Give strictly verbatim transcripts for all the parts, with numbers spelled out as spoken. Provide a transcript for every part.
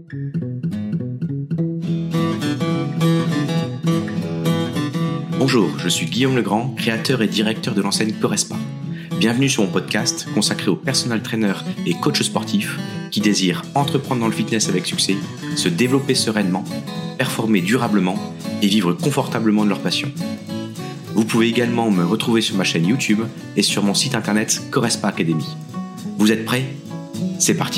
Bonjour, je suis Guillaume Legrand, créateur et directeur de l'enseigne Corespa. Bienvenue sur mon podcast consacré aux personal trainers et coachs sportifs qui désirent entreprendre dans le fitness avec succès, se développer sereinement, performer durablement et vivre confortablement de leur passion. Vous pouvez également me retrouver sur ma chaîne YouTube et sur mon site internet Corespa Academy. Vous êtes prêts ? C'est parti !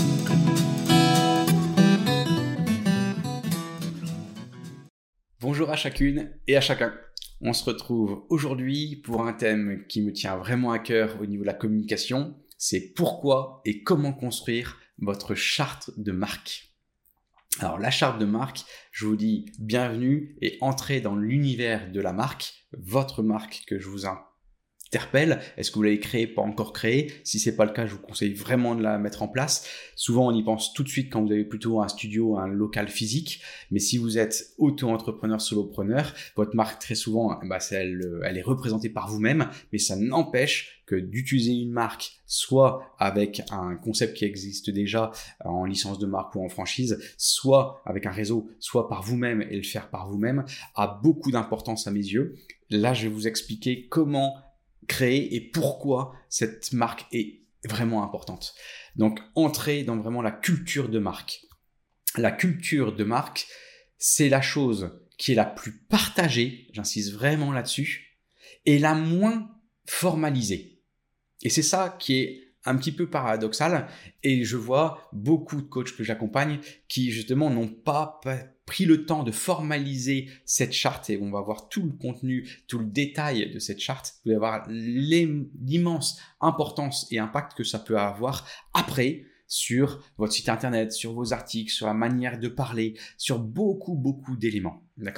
Bonjour à chacune et à chacun. On se retrouve aujourd'hui pour un thème qui me tient vraiment à cœur au niveau de la communication. C'est pourquoi et comment construire votre charte de marque. Alors la charte de marque, je vous dis bienvenue et entrez dans l'univers de la marque, votre marque que je vous interpelle. Est-ce que vous l'avez créée, pas encore créée? Si c'est pas le cas, je vous conseille vraiment de la mettre en place. Souvent, on y pense tout de suite quand vous avez plutôt un studio, un local physique. Mais si vous êtes auto-entrepreneur, solopreneur, votre marque, très souvent, bah, elle, elle est représentée par vous-même. Mais ça n'empêche que d'utiliser une marque, soit avec un concept qui existe déjà en licence de marque ou en franchise, soit avec un réseau, soit par vous-même et le faire par vous-même, a beaucoup d'importance à mes yeux. Là, je vais vous expliquer comment créer et pourquoi cette marque est vraiment importante. Donc, entrez dans vraiment la culture de marque. La culture de marque, c'est la chose qui est la plus partagée, j'insiste vraiment là-dessus, et la moins formalisée. Et c'est ça qui est un petit peu paradoxal, et je vois beaucoup de coachs que j'accompagne qui justement n'ont pas pris le temps de formaliser cette charte, et on va voir tout le contenu, tout le détail de cette charte. Vous allez voir l'immense importance et impact que ça peut avoir après sur votre site internet, sur vos articles, sur la manière de parler, sur beaucoup, beaucoup d'éléments. D'accord ?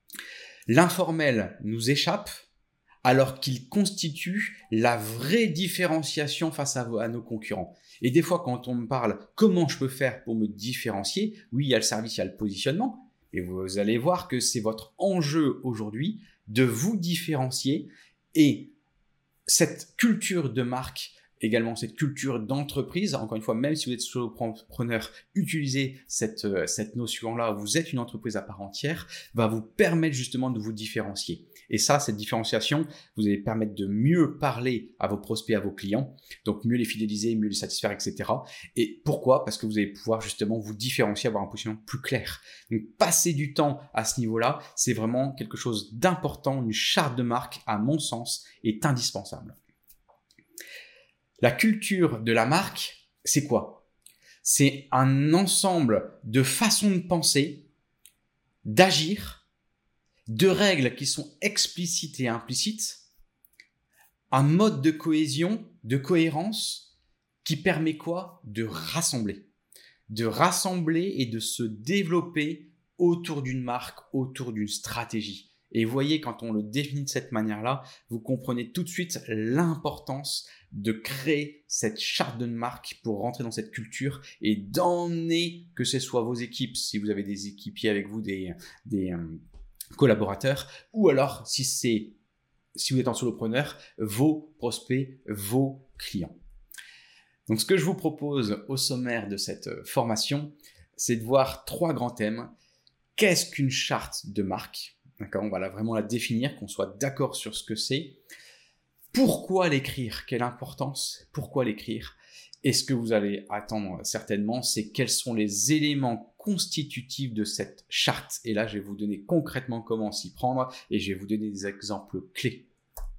L'informel nous échappe, alors qu'il constitue la vraie différenciation face à, vos, à nos concurrents. Et des fois, quand on me parle comment je peux faire pour me différencier, oui, il y a le service, il y a le positionnement, et vous allez voir que c'est votre enjeu aujourd'hui de vous différencier, et cette culture de marque, également cette culture d'entreprise, encore une fois, même si vous êtes solopreneur, utilisez cette, cette notion-là, vous êtes une entreprise à part entière, va vous permettre justement de vous différencier. Et ça, cette différenciation, vous allez permettre de mieux parler à vos prospects, à vos clients, donc mieux les fidéliser, mieux les satisfaire, et cetera. Et pourquoi ? Parce que vous allez pouvoir justement vous différencier, avoir un positionnement plus clair. Donc, passer du temps à ce niveau-là, c'est vraiment quelque chose d'important. Une charte de marque, à mon sens, est indispensable. La culture de la marque, c'est quoi ? C'est un ensemble de façons de penser, d'agir, de règles qui sont explicites et implicites, un mode de cohésion, de cohérence qui permet quoi ? De rassembler. De rassembler et de se développer autour d'une marque, autour d'une stratégie. Et vous voyez, quand on le définit de cette manière-là, vous comprenez tout de suite l'importance de créer cette charte de marque pour rentrer dans cette culture et d'emmener, que ce soit vos équipes, si vous avez des équipiers avec vous, des, des euh, collaborateurs, ou alors, si c'est, si vous êtes en solopreneur, vos prospects, vos clients. Donc, ce que je vous propose au sommaire de cette formation, c'est de voir trois grands thèmes. Qu'est-ce qu'une charte de marque ? D'accord, on va la, vraiment la définir, qu'on soit d'accord sur ce que c'est. Pourquoi l'écrire ? Quelle importance ? Pourquoi l'écrire ? Et ce que vous allez attendre certainement, c'est quels sont les éléments constitutifs de cette charte. Et là, je vais vous donner concrètement comment s'y prendre et je vais vous donner des exemples clés.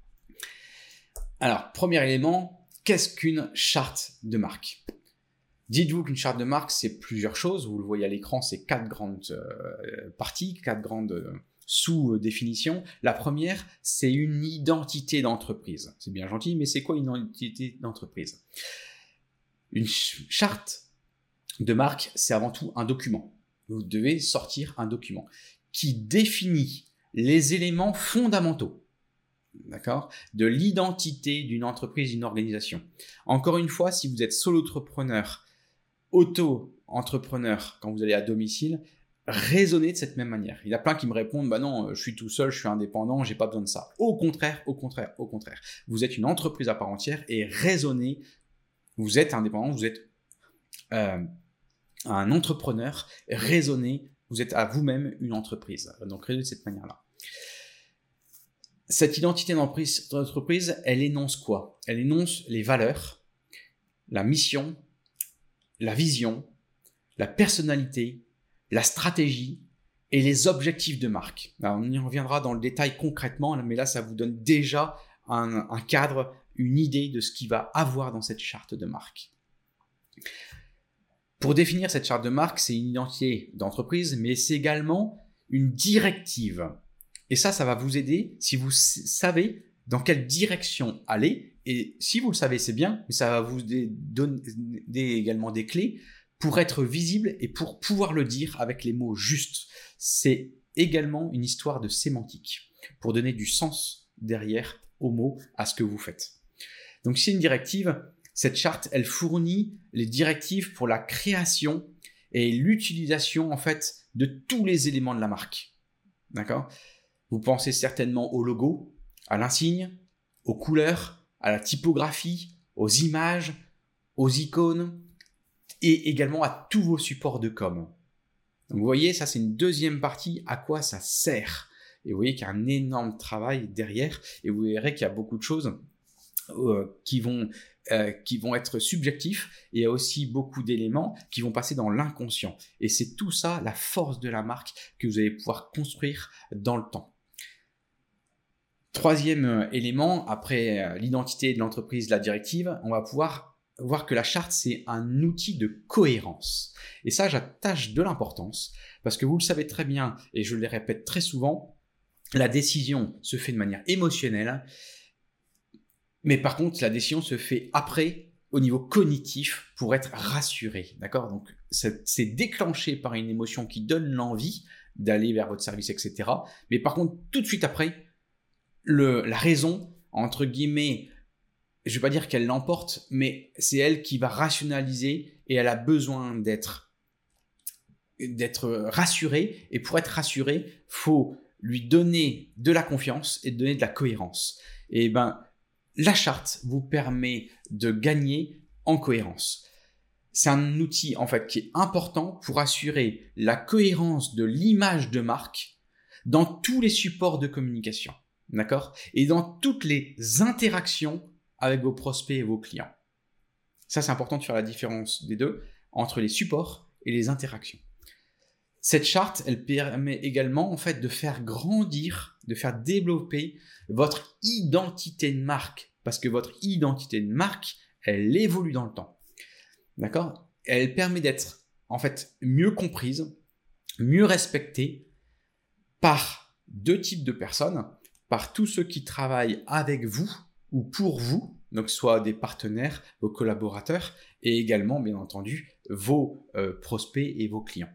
Alors, premier élément, qu'est-ce qu'une charte de marque ? Dites-vous qu'une charte de marque, c'est plusieurs choses. Vous le voyez à l'écran, c'est quatre grandes euh, parties, quatre grandes euh, sous-définitions. La première, c'est une identité d'entreprise. C'est bien gentil, mais c'est quoi une identité d'entreprise ? Une charte de marque, c'est avant tout un document. Vous devez sortir un document qui définit les éléments fondamentaux, d'accord, de l'identité d'une entreprise, d'une organisation. Encore une fois, si vous êtes solo-entrepreneur, auto-entrepreneur, quand vous allez à domicile, raisonnez de cette même manière. Il y a plein qui me répondent, bah non, je suis tout seul, je suis indépendant, j'ai pas besoin de ça. Au contraire, au contraire, au contraire. Vous êtes une entreprise à part entière et raisonnez. Vous êtes indépendant, vous êtes euh, un entrepreneur, raisonnez, vous êtes à vous-même une entreprise. Donc, raisonnez de cette manière-là. Cette identité d'entreprise, elle énonce quoi? Elle énonce les valeurs, la mission, la vision, la personnalité, la stratégie et les objectifs de marque. Alors, on y reviendra dans le détail concrètement, mais là, ça vous donne déjà un, un cadre, une idée de ce qu'il va avoir dans cette charte de marque. Pour définir cette charte de marque, c'est une identité d'entreprise, mais c'est également une directive. Et ça, ça va vous aider si vous savez dans quelle direction aller. Et si vous le savez, c'est bien, mais ça va vous donner également des clés pour être visible et pour pouvoir le dire avec les mots justes. C'est également une histoire de sémantique pour donner du sens derrière aux mots, à ce que vous faites. Donc, c'est une directive. Cette charte, elle fournit les directives pour la création et l'utilisation, en fait, de tous les éléments de la marque. D'accord ? Vous pensez certainement au logo, à l'insigne, aux couleurs, à la typographie, aux images, aux icônes et également à tous vos supports de com. Donc vous voyez, ça c'est une deuxième partie, à quoi ça sert. Et vous voyez qu'il y a un énorme travail derrière et vous verrez qu'il y a beaucoup de choses euh, qui vont, euh, qui vont être subjectifs et il y a aussi beaucoup d'éléments qui vont passer dans l'inconscient. Et c'est tout ça, la force de la marque que vous allez pouvoir construire dans le temps. Troisième élément, après l'identité de l'entreprise, la directive, on va pouvoir voir que la charte, c'est un outil de cohérence. Et ça, j'attache de l'importance parce que vous le savez très bien, et je le répète très souvent, la décision se fait de manière émotionnelle, mais par contre, la décision se fait après au niveau cognitif pour être rassuré. D'accord ? Donc, c'est déclenché par une émotion qui donne l'envie d'aller vers votre service, et cetera. Mais par contre, tout de suite après, Le, la raison, entre guillemets, je ne vais pas dire qu'elle l'emporte, mais c'est elle qui va rationaliser et elle a besoin d'être d'être rassurée. Et pour être rassurée, il faut lui donner de la confiance et donner de la cohérence. Et ben, la charte vous permet de gagner en cohérence. C'est un outil en fait qui est important pour assurer la cohérence de l'image de marque dans tous les supports de communication. D'accord ? Et dans toutes les interactions avec vos prospects et vos clients. Ça, c'est important de faire la différence des deux entre les supports et les interactions. Cette charte, elle permet également en fait de faire grandir, de faire développer votre identité de marque parce que votre identité de marque, elle évolue dans le temps. D'accord ? Elle permet d'être en fait mieux comprise, mieux respectée par deux types de personnes. Par tous ceux qui travaillent avec vous ou pour vous, donc soit des partenaires, vos collaborateurs et également, bien entendu, vos euh, prospects et vos clients.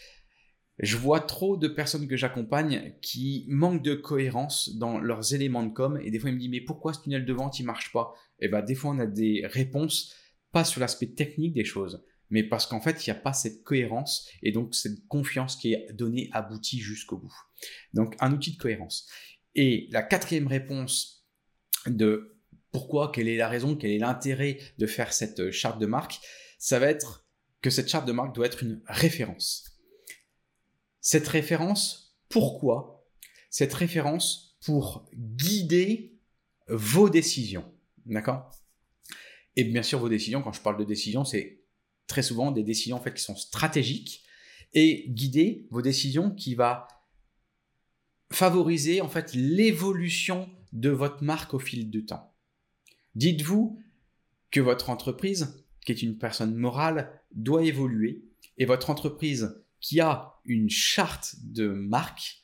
Je vois trop de personnes que j'accompagne qui manquent de cohérence dans leurs éléments de com et des fois ils me disent mais pourquoi ce tunnel de vente il marche pas ? Et ben des fois on a des réponses pas sur l'aspect technique des choses, mais parce qu'en fait il n'y a pas cette cohérence et donc cette confiance qui est donnée aboutie jusqu'au bout. Donc un outil de cohérence. Et la quatrième réponse de pourquoi, quelle est la raison, quel est l'intérêt de faire cette charte de marque, ça va être que cette charte de marque doit être une référence. Cette référence, pourquoi ? Cette référence pour guider vos décisions, d'accord ? Et bien sûr, vos décisions, quand je parle de décisions, c'est très souvent des décisions en fait, qui sont stratégiques et guider vos décisions qui va favoriser en fait l'évolution de votre marque au fil du temps. Dites-vous que votre entreprise, qui est une personne morale, doit évoluer et votre entreprise qui a une charte de marque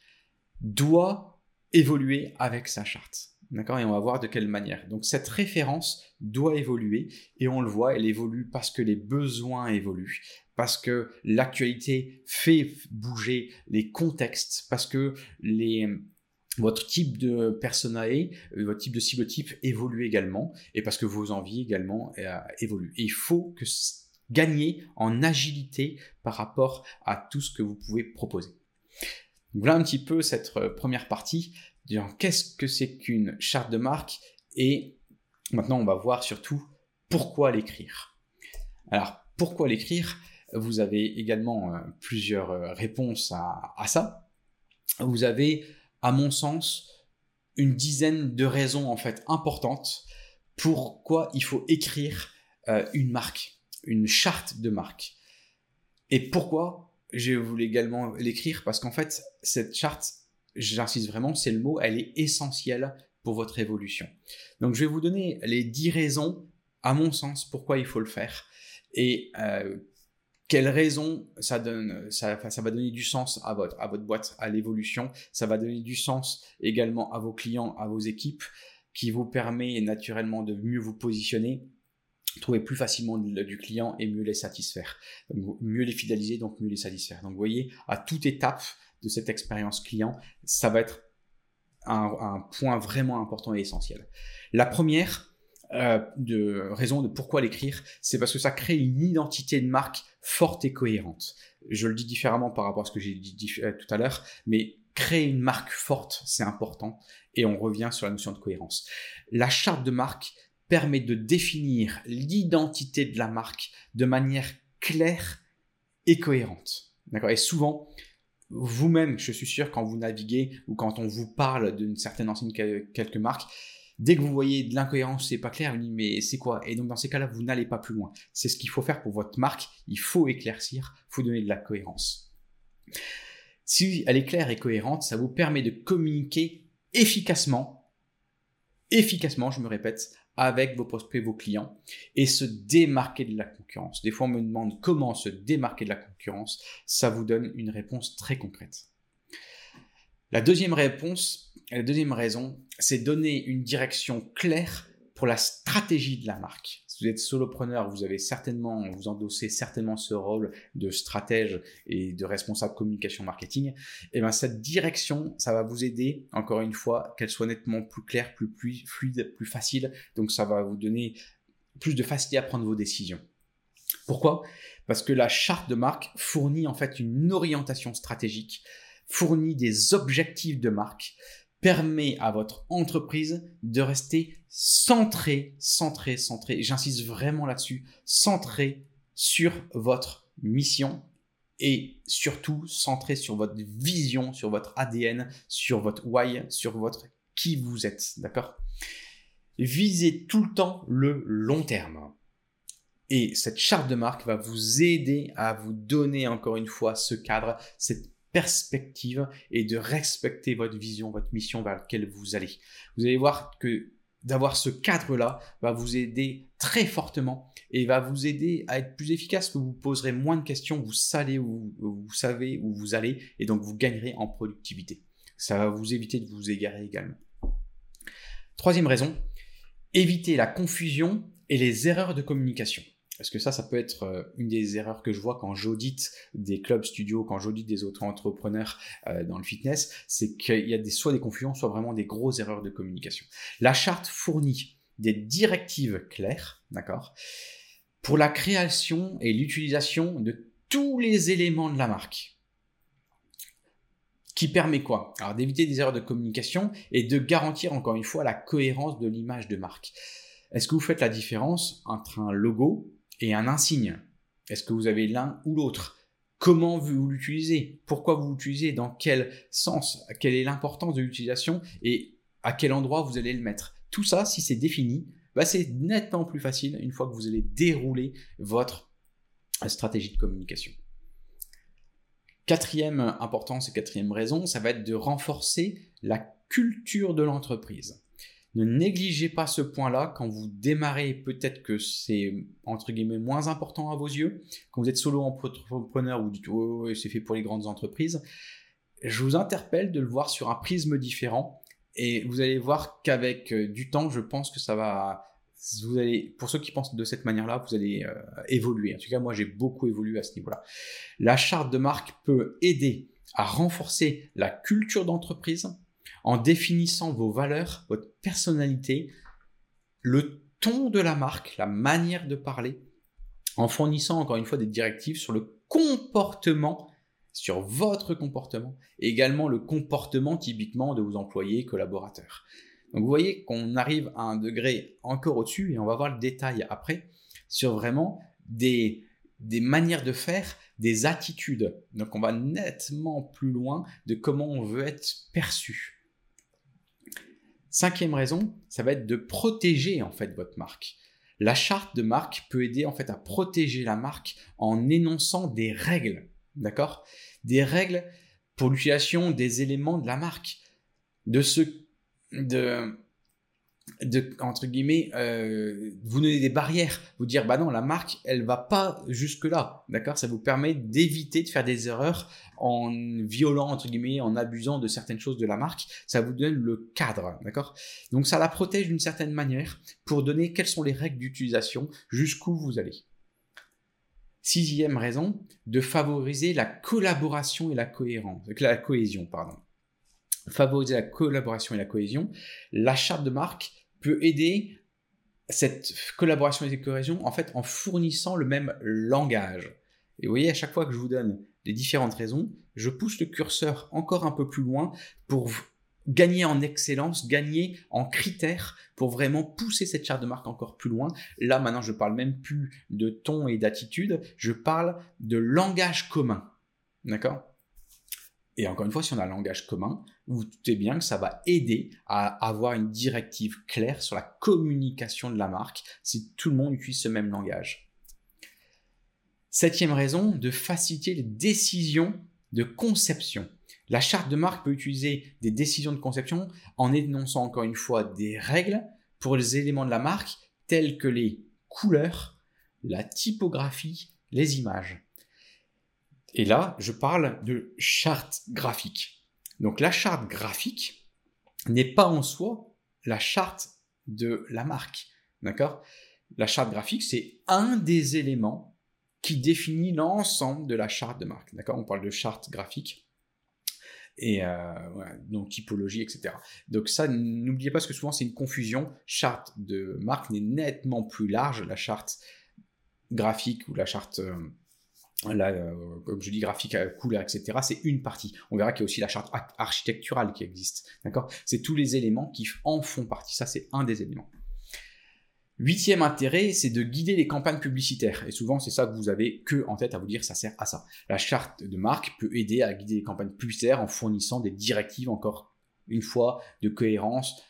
doit évoluer avec sa charte. D'accord ? Et on va voir de quelle manière. Donc cette référence doit évoluer et on le voit, elle évolue parce que les besoins évoluent, parce que l'actualité fait bouger les contextes, parce que les, votre type de personae, votre type de cible type évolue également et parce que vos envies également euh, évoluent. Et il faut que gagner en agilité par rapport à tout ce que vous pouvez proposer. Donc voilà un petit peu cette première partie. Qu'est-ce que c'est qu'une charte de marque et maintenant on va voir surtout pourquoi l'écrire. Alors pourquoi l'écrire ? vous avez également euh, plusieurs euh, réponses à, à ça. Vous avez, à mon sens, une dizaine de raisons en fait importantes pourquoi il faut écrire euh, une marque, une charte de marque. Et pourquoi je voulais également l'écrire? Parce qu'en fait, cette charte, j'insiste vraiment, c'est le mot, elle est essentielle pour votre évolution. Donc, je vais vous donner les dix raisons, à mon sens, pourquoi il faut le faire et euh, quelles raisons ça donne, ça, ça va donner du sens à votre, à votre boîte, à l'évolution. Ça va donner du sens également à vos clients, à vos équipes, qui vous permet naturellement de mieux vous positionner, trouver plus facilement du client et mieux les satisfaire. Donc, mieux les fidéliser, donc mieux les satisfaire. Donc, vous voyez, à toute étape de cette expérience client, ça va être un, un point vraiment important et essentiel. La première euh, de raison de pourquoi l'écrire, c'est parce que ça crée une identité de marque forte et cohérente. Je le dis différemment par rapport à ce que j'ai dit tout à l'heure, mais créer une marque forte, c'est important. Et on revient sur la notion de cohérence. La charte de marque permet de définir l'identité de la marque de manière claire et cohérente. D'accord ? Et souvent, vous-même, je suis sûr, quand vous naviguez ou quand on vous parle d'une certaine enseigne, quelques marques, dès que vous voyez de l'incohérence, c'est pas clair, vous dites mais c'est quoi? Et donc dans ces cas-là, vous n'allez pas plus loin. C'est ce qu'il faut faire pour votre marque. Il faut éclaircir, il faut donner de la cohérence. Si elle est claire et cohérente, ça vous permet de communiquer efficacement, efficacement, je me répète, avec vos prospects, vos clients, et se démarquer de la concurrence. Des fois, on me demande comment se démarquer de la concurrence. Ça vous donne une réponse très concrète. La deuxième réponse, la deuxième raison, c'est donner une direction claire pour la stratégie de la marque. Si vous êtes solopreneur, vous avez certainement, vous endossez certainement ce rôle de stratège et de responsable communication marketing. Et bien, cette direction, ça va vous aider, encore une fois, qu'elle soit nettement plus claire, plus, plus fluide, plus facile. Donc, ça va vous donner plus de facilité à prendre vos décisions. Pourquoi? Parce que la charte de marque fournit en fait une orientation stratégique, fournit des objectifs de marque, permet à votre entreprise de rester centrée, centrée, centrée, j'insiste vraiment là-dessus, centrée sur votre mission et surtout centrée sur votre vision, sur votre A D N, sur votre why, sur votre qui vous êtes, d'accord? Visez tout le temps le long terme. Et cette charte de marque va vous aider à vous donner encore une fois ce cadre, cette perspective et de respecter votre vision, votre mission vers laquelle vous allez. Vous allez voir que d'avoir ce cadre-là va vous aider très fortement et va vous aider à être plus efficace, que vous poserez moins de questions, vous savez où vous savez où vous allez et donc vous gagnerez en productivité. Ça va vous éviter de vous égarer également. Troisième raison, éviter la confusion et les erreurs de communication. Parce que ça, ça peut être une des erreurs que je vois quand j'audite des clubs studios, quand j'audite des autres entrepreneurs euh, dans le fitness, c'est qu'il y a des, soit des confusions, soit vraiment des grosses erreurs de communication. La charte fournit des directives claires, d'accord, pour la création et l'utilisation de tous les éléments de la marque. Qui permet quoi? Alors d'éviter des erreurs de communication et de garantir encore une fois la cohérence de l'image de marque. Est-ce que vous faites la différence entre un logo et un insigne? Est-ce que vous avez l'un ou l'autre? Comment vous l'utilisez? Pourquoi vous l'utilisez? Dans quel sens? Quelle est l'importance de l'utilisation? Et à quel endroit vous allez le mettre? Tout ça, si c'est défini, bah c'est nettement plus facile une fois que vous allez dérouler votre stratégie de communication. Quatrième importance et quatrième raison, ça va être de renforcer la culture de l'entreprise. Ne négligez pas ce point-là quand vous démarrez, peut-être que c'est entre guillemets moins important à vos yeux. Quand vous êtes solo entrepreneur, vous dites oh, oh, c'est fait pour les grandes entreprises. Je vous interpelle de le voir sur un prisme différent et vous allez voir qu'avec du temps, je pense que ça va. Vous allez, pour ceux qui pensent de cette manière-là, vous allez euh, évoluer. En tout cas, moi, j'ai beaucoup évolué à ce niveau-là. La charte de marque peut aider à renforcer la culture d'entreprise en définissant vos valeurs, votre personnalité, le ton de la marque, la manière de parler, en fournissant encore une fois des directives sur le comportement, sur votre comportement, et également le comportement typiquement de vos employés, collaborateurs. Donc vous voyez qu'on arrive à un degré encore au-dessus et on va voir le détail après sur vraiment des, des manières de faire, des attitudes. Donc, on va nettement plus loin de comment on veut être perçu. Cinquième raison, ça va être de protéger en fait votre marque. La charte de marque peut aider en fait à protéger la marque en énonçant des règles, d'accord ? Des règles pour l'utilisation des éléments de la marque, de ce, de, de entre guillemets, euh, vous donner des barrières, vous dire bah non, la marque elle va pas jusque là, d'accord ? Ça vous permet d'éviter de faire des erreurs en violant entre guillemets, en abusant de certaines choses de la marque. Ça vous donne le cadre, d'accord ? Donc ça la protège d'une certaine manière pour donner quelles sont les règles d'utilisation, jusqu'où vous allez. Sixième raison, de favoriser la collaboration et la cohérence, la cohésion, pardon. Favoriser la collaboration et la cohésion. La charte de marque peut aider cette collaboration et cette cohésion en fait en fournissant le même langage. Et vous voyez, à chaque fois que je vous donne les différentes raisons, je pousse le curseur encore un peu plus loin pour gagner en excellence, gagner en critères pour vraiment pousser cette charte de marque encore plus loin. Là, maintenant, je ne parle même plus de ton et d'attitude, je parle de langage commun. D'accord ? Et encore une fois, si on a un langage commun, vous vous doutez bien que ça va aider à avoir une directive claire sur la communication de la marque si tout le monde utilise ce même langage. Septième raison, de faciliter les décisions de conception. La charte de marque peut utiliser des décisions de conception en énonçant encore une fois des règles pour les éléments de la marque tels que les couleurs, la typographie, les images. Et là, je parle de charte graphique. Donc la charte graphique n'est pas en soi la charte de la marque. D'accord ? La charte graphique, c'est un des éléments qui définit l'ensemble de la charte de marque. D'accord ? On parle de charte graphique. Et euh, voilà, donc typologie, et cetera. Donc ça, n'oubliez pas, parce que souvent c'est une confusion. Charte de marque n'est nettement plus large. La charte graphique ou la charte, euh, la, euh, comme je dis, graphique, euh, couleur, et cetera, c'est une partie. On verra qu'il y a aussi la charte architecturale qui existe. D'accord ? C'est tous les éléments qui en font partie. Ça, c'est un des éléments. Huitième intérêt, c'est de guider les campagnes publicitaires. Et souvent, c'est ça que vous avez que en tête à vous dire, ça sert à ça. La charte de marque peut aider à guider les campagnes publicitaires en fournissant des directives, encore une fois, de cohérence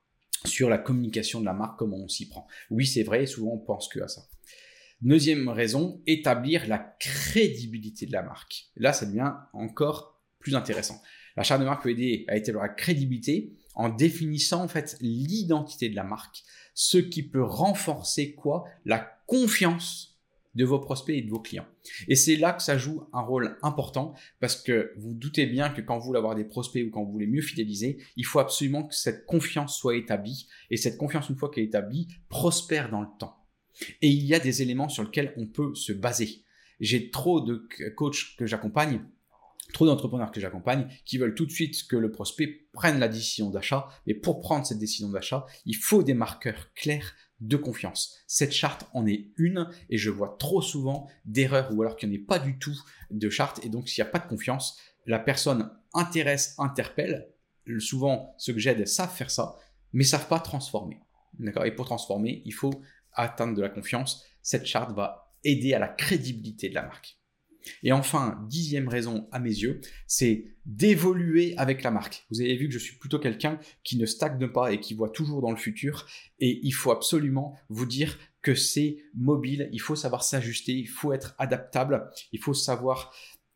sur la communication de la marque, comment on s'y prend. Oui, c'est vrai, souvent on pense que à ça. Deuxième raison, établir la crédibilité de la marque. Là, ça devient encore plus intéressant. La charte de marque peut aider à établir la crédibilité en définissant en fait l'identité de la marque, ce qui peut renforcer quoi ? La confiance de vos prospects et de vos clients. Et c'est là que ça joue un rôle important, parce que vous doutez bien que quand vous voulez avoir des prospects ou quand vous voulez mieux fidéliser, il faut absolument que cette confiance soit établie, et cette confiance, une fois qu'elle est établie, prospère dans le temps. Et il y a des éléments sur lesquels on peut se baser. J'ai trop de coachs que j'accompagne, trop d'entrepreneurs que j'accompagne qui veulent tout de suite que le prospect prenne la décision d'achat. Mais pour prendre cette décision d'achat, il faut des marqueurs clairs de confiance. Cette charte en est une, et je vois trop souvent d'erreurs ou alors qu'il n'y en ait pas du tout de charte. Et donc, s'il n'y a pas de confiance, la personne intéresse, interpelle. Souvent, ceux que j'aide savent faire ça, mais ne savent pas transformer. D'accord ? Et pour transformer, il faut atteindre de la confiance. Cette charte va aider à la crédibilité de la marque. Et enfin, dixième raison à mes yeux, c'est d'évoluer avec la marque. Vous avez vu que je suis plutôt quelqu'un qui ne stagne pas et qui voit toujours dans le futur. Et il faut absolument vous dire que c'est mobile, il faut savoir s'ajuster, il faut être adaptable, il faut savoir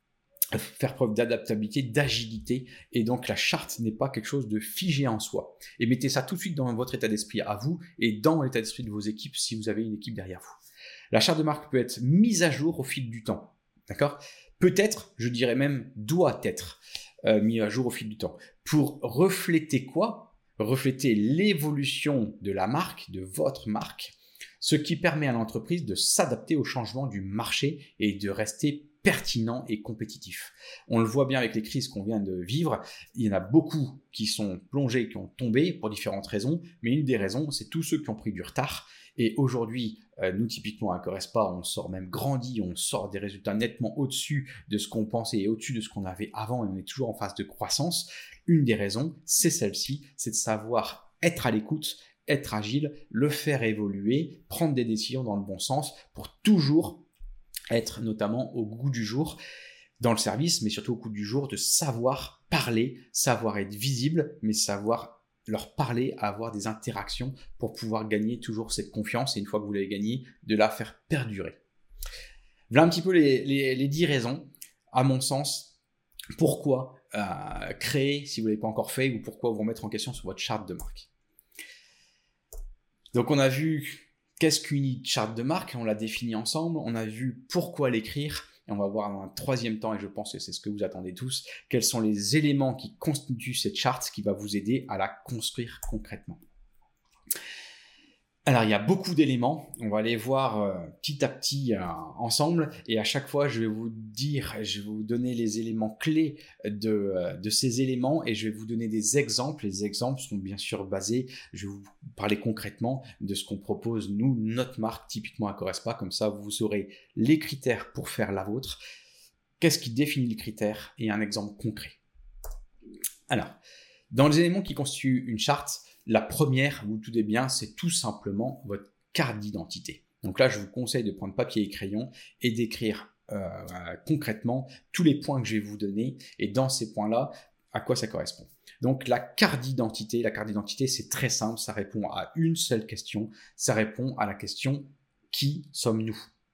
faire preuve d'adaptabilité, d'agilité. Et donc la charte n'est pas quelque chose de figé en soi. Et mettez ça tout de suite dans votre état d'esprit à vous et dans l'état d'esprit de vos équipes si vous avez une équipe derrière vous. La charte de marque peut être mise à jour au fil du temps. D'accord ? Peut-être, je dirais même, doit être euh, mis à jour au fil du temps. Pour refléter quoi ? Refléter l'évolution de la marque, de votre marque, ce qui permet à l'entreprise de s'adapter au changement du marché et de rester pertinent et compétitif. On le voit bien avec les crises qu'on vient de vivre, il y en a beaucoup qui sont plongés, qui ont tombé pour différentes raisons, mais une des raisons, c'est tous ceux qui ont pris du retard. Et aujourd'hui, euh, nous typiquement à Corespa, on sort même grandi, on sort des résultats nettement au-dessus de ce qu'on pensait et au-dessus de ce qu'on avait avant, et on est toujours en phase de croissance. Une des raisons, c'est celle-ci, c'est de savoir être à l'écoute, être agile, le faire évoluer, prendre des décisions dans le bon sens pour toujours être notamment au goût du jour dans le service, mais surtout au goût du jour de savoir parler, savoir être visible, mais savoir leur parler, avoir des interactions pour pouvoir gagner toujours cette confiance et une fois que vous l'avez gagnée, de la faire perdurer. Voilà un petit peu les, les, les dix raisons, à mon sens, pourquoi euh, créer si vous ne l'avez pas encore fait ou pourquoi vous remettre en question sur votre charte de marque. Donc on a vu qu'est-ce qu'une charte de marque, on l'a défini ensemble, on a vu pourquoi l'écrire et on va voir dans un troisième temps, et je pense que c'est ce que vous attendez tous, quels sont les éléments qui constituent cette charte qui va vous aider à la construire concrètement. Alors, il y a beaucoup d'éléments, on va les voir euh, petit à petit euh, ensemble et à chaque fois, je vais vous dire, je vais vous donner les éléments clés de, euh, de ces éléments et je vais vous donner des exemples. Les exemples sont bien sûr basés, je vais vous parler concrètement de ce qu'on propose, nous, notre marque, typiquement à Corespa, comme ça, vous aurez les critères pour faire la vôtre. Qu'est-ce qui définit le critère et un exemple concret. Alors, dans les éléments qui constituent une charte, la première, vous tout est bien, c'est tout simplement votre carte d'identité. Donc là, je vous conseille de prendre papier et crayon et d'écrire euh, concrètement tous les points que je vais vous donner et dans ces points-là, à quoi ça correspond. Donc la carte d'identité, la carte d'identité, c'est très simple, ça répond à une seule question, ça répond à la question « Qui sommes-nous » D'accord ?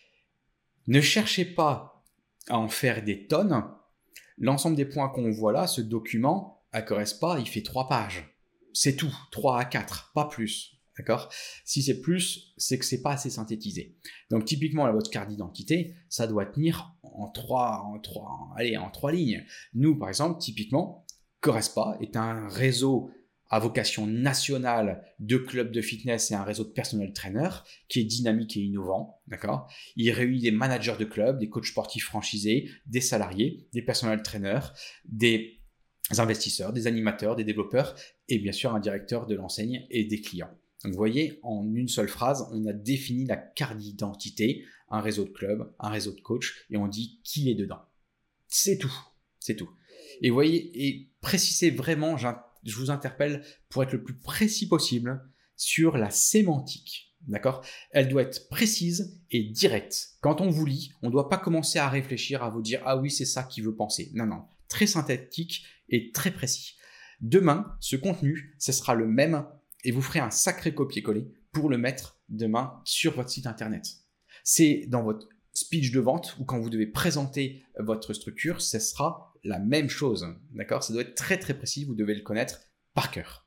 Ne cherchez pas à en faire des tonnes. L'ensemble des points qu'on voit là, ce document, à Corespa, il fait trois pages. C'est tout, trois à quatre, pas plus, d'accord ? Si c'est plus, c'est que c'est pas assez synthétisé. Donc typiquement, là, votre carte d'identité, ça doit tenir en trois, en trois, allez, en trois lignes. Nous, par exemple, typiquement, Corespa est un réseau à vocation nationale de clubs de fitness et un réseau de personal trainers qui est dynamique et innovant, d'accord ? Il réunit des managers de clubs, des coachs sportifs franchisés, des salariés, des personal trainers, des investisseurs, des animateurs, des développeurs et bien sûr un directeur de l'enseigne et des clients. Donc vous voyez, en une seule phrase, on a défini la carte d'identité, un réseau de clubs, un réseau de coachs et on dit qui est dedans. C'est tout, c'est tout. Et vous voyez, et précisez vraiment, je vous interpelle pour être le plus précis possible sur la sémantique. D'accord ? Elle doit être précise et directe. Quand on vous lit, on ne doit pas commencer à réfléchir, à vous dire « Ah oui, c'est ça qu'il veut penser ». Non, non, très synthétique et très précis. Demain, ce contenu, ce sera le même et vous ferez un sacré copier-coller pour le mettre demain sur votre site internet. C'est dans votre speech de vente ou quand vous devez présenter votre structure, ce sera la même chose. D'accord ? Ça doit être très très précis, vous devez le connaître par cœur.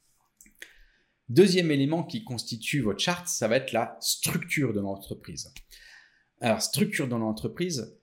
Deuxième élément qui constitue votre charte, ça va être la structure de l'entreprise. Alors, structure de l'entreprise,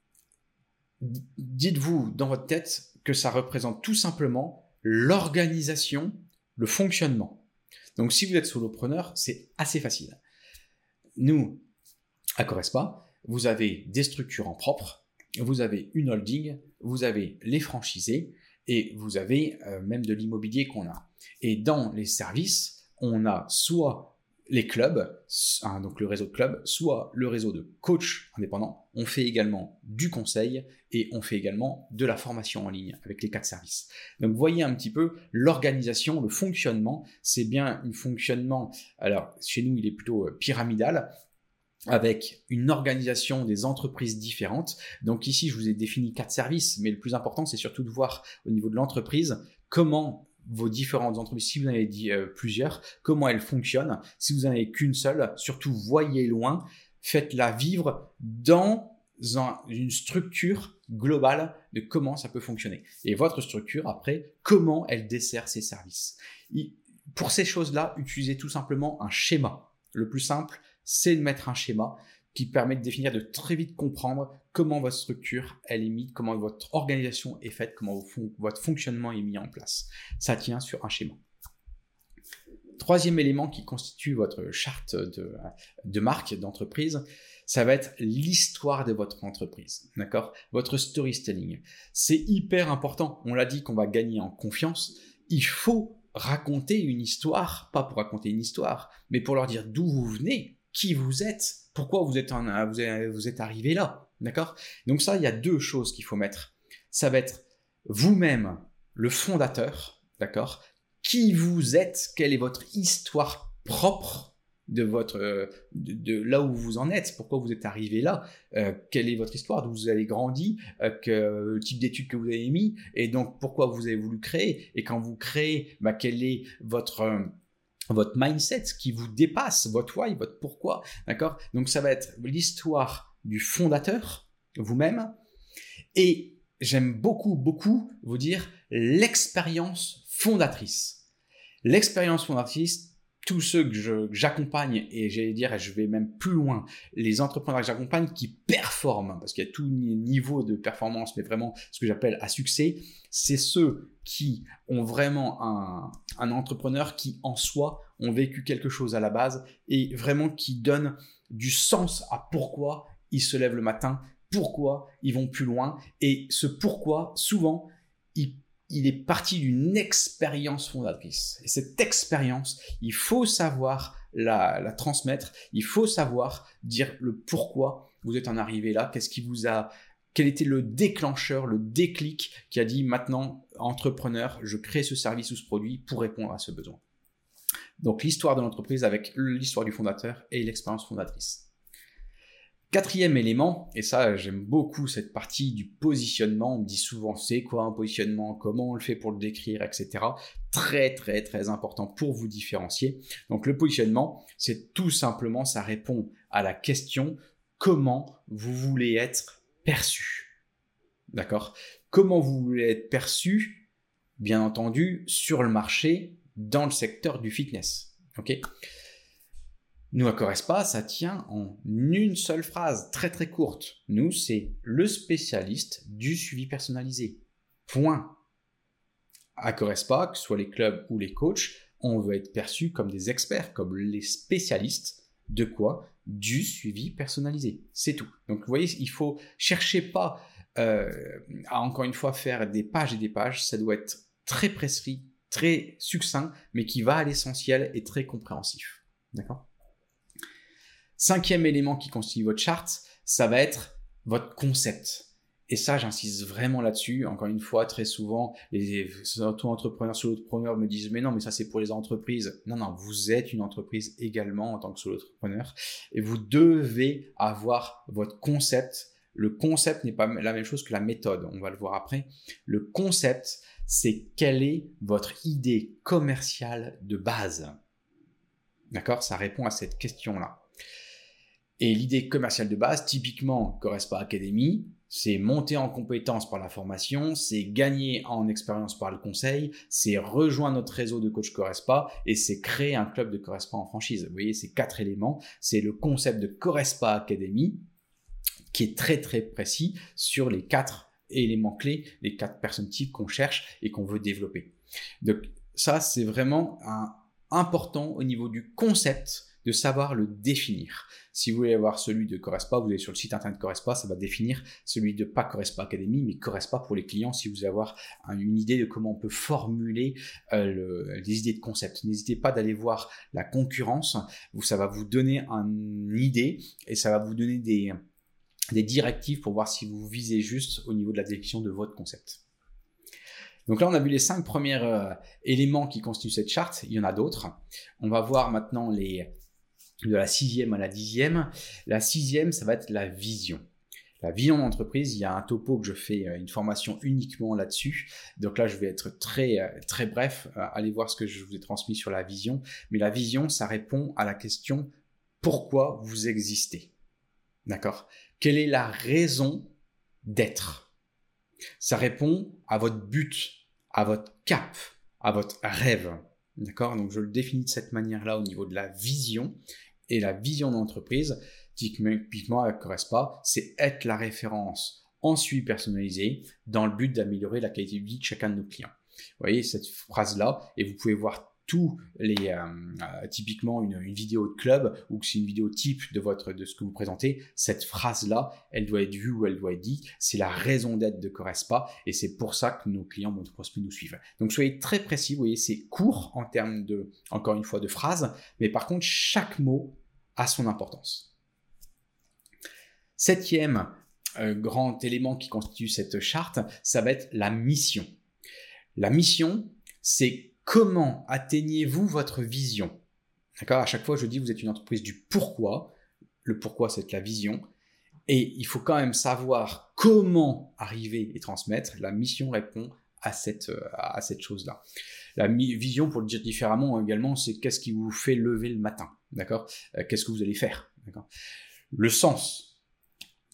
dites-vous dans votre tête que ça représente tout simplement l'organisation, le fonctionnement. Donc, si vous êtes solopreneur, c'est assez facile. Nous, à Corespa, vous avez des structures en propre, vous avez une holding, vous avez les franchisés et vous avez euh, même de l'immobilier qu'on a. Et dans les services, on a soit les clubs, hein, donc le réseau de clubs, soit le réseau de coachs indépendants. On fait également du conseil et on fait également de la formation en ligne avec les quatre services. Donc, vous voyez un petit peu l'organisation, le fonctionnement. C'est bien un fonctionnement, alors chez nous, il est plutôt pyramidal, avec une organisation des entreprises différentes. Donc ici, je vous ai défini quatre services, mais le plus important, c'est surtout de voir au niveau de l'entreprise comment vos différentes entreprises, si vous en avez dit euh, plusieurs, comment elles fonctionnent. Si vous n'en avez qu'une seule, surtout voyez loin, faites-la vivre dans un, une structure globale de comment ça peut fonctionner. Et votre structure, après, comment elle dessert ses services. Et pour ces choses-là, utilisez tout simplement un schéma. Le plus simple, c'est de mettre un schéma qui permet de définir, de très vite comprendre comment votre structure elle est mise, comment votre organisation est faite, comment votre fonctionnement est mis en place. Ça tient sur un schéma. Troisième élément qui constitue votre charte de, de marque, d'entreprise, ça va être l'histoire de votre entreprise, d'accord ? Votre storytelling. C'est hyper important. On l'a dit qu'on va gagner en confiance. Il faut raconter une histoire, pas pour raconter une histoire, mais pour leur dire d'où vous venez, qui vous êtes, pourquoi vous êtes, un, vous êtes, vous êtes arrivé là, d'accord ? Donc ça, il y a deux choses qu'il faut mettre. Ça va être vous-même, le fondateur, d'accord ? Qui vous êtes, quelle est votre histoire propre, de votre, de, de là où vous en êtes, pourquoi vous êtes arrivé là, euh, quelle est votre histoire, d'où vous avez grandi, euh, que, le type d'études que vous avez mis, et donc pourquoi vous avez voulu créer, et quand vous créez, bah, quel est votre, euh, votre mindset, ce qui vous dépasse, votre why, votre pourquoi, d'accord? Donc ça va être l'histoire du fondateur, vous-même, et j'aime beaucoup, beaucoup vous dire l'expérience fondatrice. L'expérience fondatrice, tous ceux que, je, que j'accompagne, et j'allais dire, et je vais même plus loin, les entrepreneurs que j'accompagne qui performent, parce qu'il y a tout niveau de performance, mais vraiment ce que j'appelle à succès, c'est ceux qui ont vraiment un, un entrepreneur qui en soi ont vécu quelque chose à la base et vraiment qui donnent du sens à pourquoi ils se lèvent le matin, pourquoi ils vont plus loin, et ce pourquoi, souvent, ils il est parti d'une expérience fondatrice. Et cette expérience, il faut savoir la, la transmettre, il faut savoir dire le pourquoi vous êtes en arrivé là, qu'est-ce qui vous a, quel était le déclencheur, le déclic qui a dit maintenant, entrepreneur, je crée ce service ou ce produit pour répondre à ce besoin. Donc l'histoire de l'entreprise avec l'histoire du fondateur et l'expérience fondatrice. Quatrième élément, et ça j'aime beaucoup cette partie du positionnement, on me dit souvent c'est quoi un positionnement, comment on le fait pour le décrire, et cetera. Très très très important pour vous différencier. Donc le positionnement, c'est tout simplement, ça répond à la question comment vous voulez être perçu. D'accord ? Comment vous voulez être perçu, bien entendu, sur le marché, dans le secteur du fitness. Ok ? Nous, à Corespa, ça tient en une seule phrase, très très courte. Nous, c'est le spécialiste du suivi personnalisé. Point. À Corespa, que ce soit les clubs ou les coachs, on veut être perçus comme des experts, comme les spécialistes de quoi ? Du suivi personnalisé. C'est tout. Donc, vous voyez, il faut chercher pas euh, à encore une fois faire des pages et des pages. Ça doit être très précis, très succinct, mais qui va à l'essentiel et très compréhensif. D'accord ? Cinquième élément qui constitue votre charte, ça va être votre concept. Et ça, j'insiste vraiment là-dessus. Encore une fois, très souvent, les auto-entrepreneurs, solopreneurs me disent « Mais non, mais ça, c'est pour les entreprises. » Non, non, vous êtes une entreprise également en tant que solo-entrepreneur. Et vous devez avoir votre concept. Le concept n'est pas la même chose que la méthode. On va le voir après. Le concept, c'est quelle est votre idée commerciale de base. D'accord ? Ça répond à cette question-là. Et l'idée commerciale de base, typiquement Corespa Academy, c'est monter en compétences par la formation, c'est gagner en expérience par le conseil, c'est rejoindre notre réseau de coach Corespa et c'est créer un club de Corespa en franchise. Vous voyez, ces quatre éléments, c'est le concept de Corespa Academy qui est très très précis sur les quatre éléments clés, les quatre personnes types qu'on cherche et qu'on veut développer. Donc ça, c'est vraiment un, important au niveau du concept de savoir le définir. Si vous voulez avoir celui de Corespa, vous allez sur le site internet Corespa, ça va définir celui de pas Corespa Academy, mais Corespa pour les clients si vous voulez avoir une idée de comment on peut formuler euh, le, des idées de concept. N'hésitez pas d'aller voir la concurrence, ça va vous donner une idée et ça va vous donner des, des directives pour voir si vous visez juste au niveau de la définition de votre concept. Donc là, on a vu les cinq premiers euh, éléments qui constituent cette charte. Il y en a d'autres. On va voir maintenant les de la sixième à la dixième. La sixième, ça va être la vision. La vision d'entreprise, il y a un topo que je fais, une formation uniquement là-dessus. Donc là, je vais être très, très bref. Allez voir ce que je vous ai transmis sur la vision. Mais la vision, ça répond à la question « Pourquoi vous existez ?» D'accord ? Quelle est la raison d'être ? Ça répond à votre but, à votre cap, à votre rêve. D'accord ? Donc, je le définis de cette manière-là au niveau de la vision. Et la vision d'entreprise, typiquement, elle ne correspond pas, c'est être la référence en suivi personnalisé dans le but d'améliorer la qualité de vie de chacun de nos clients. Vous voyez cette phrase-là et vous pouvez voir tous les, euh, euh, typiquement une, une vidéo de club ou que c'est une vidéo type de, votre, de ce que vous présentez, cette phrase-là, elle doit être vue ou elle doit être dite. C'est la raison d'être de Corespa et c'est pour ça que nos clients, nos prospects nous suivent. Donc, soyez très précis. Vous voyez, c'est court en termes de, encore une fois, de phrases, mais par contre, chaque mot a son importance. Septième euh, grand élément qui constitue cette charte, ça va être la mission. La mission, c'est comment atteignez-vous votre vision ? D'accord ? À chaque fois, je dis, vous êtes une entreprise du pourquoi. Le pourquoi, c'est la vision. Et il faut quand même savoir comment arriver et transmettre. La mission répond à cette, à cette chose-là. La vision, pour le dire différemment également, c'est qu'est-ce qui vous fait lever le matin. D'accord ? euh, Qu'est-ce que vous allez faire ? D'accord ? Le sens. D'accord ?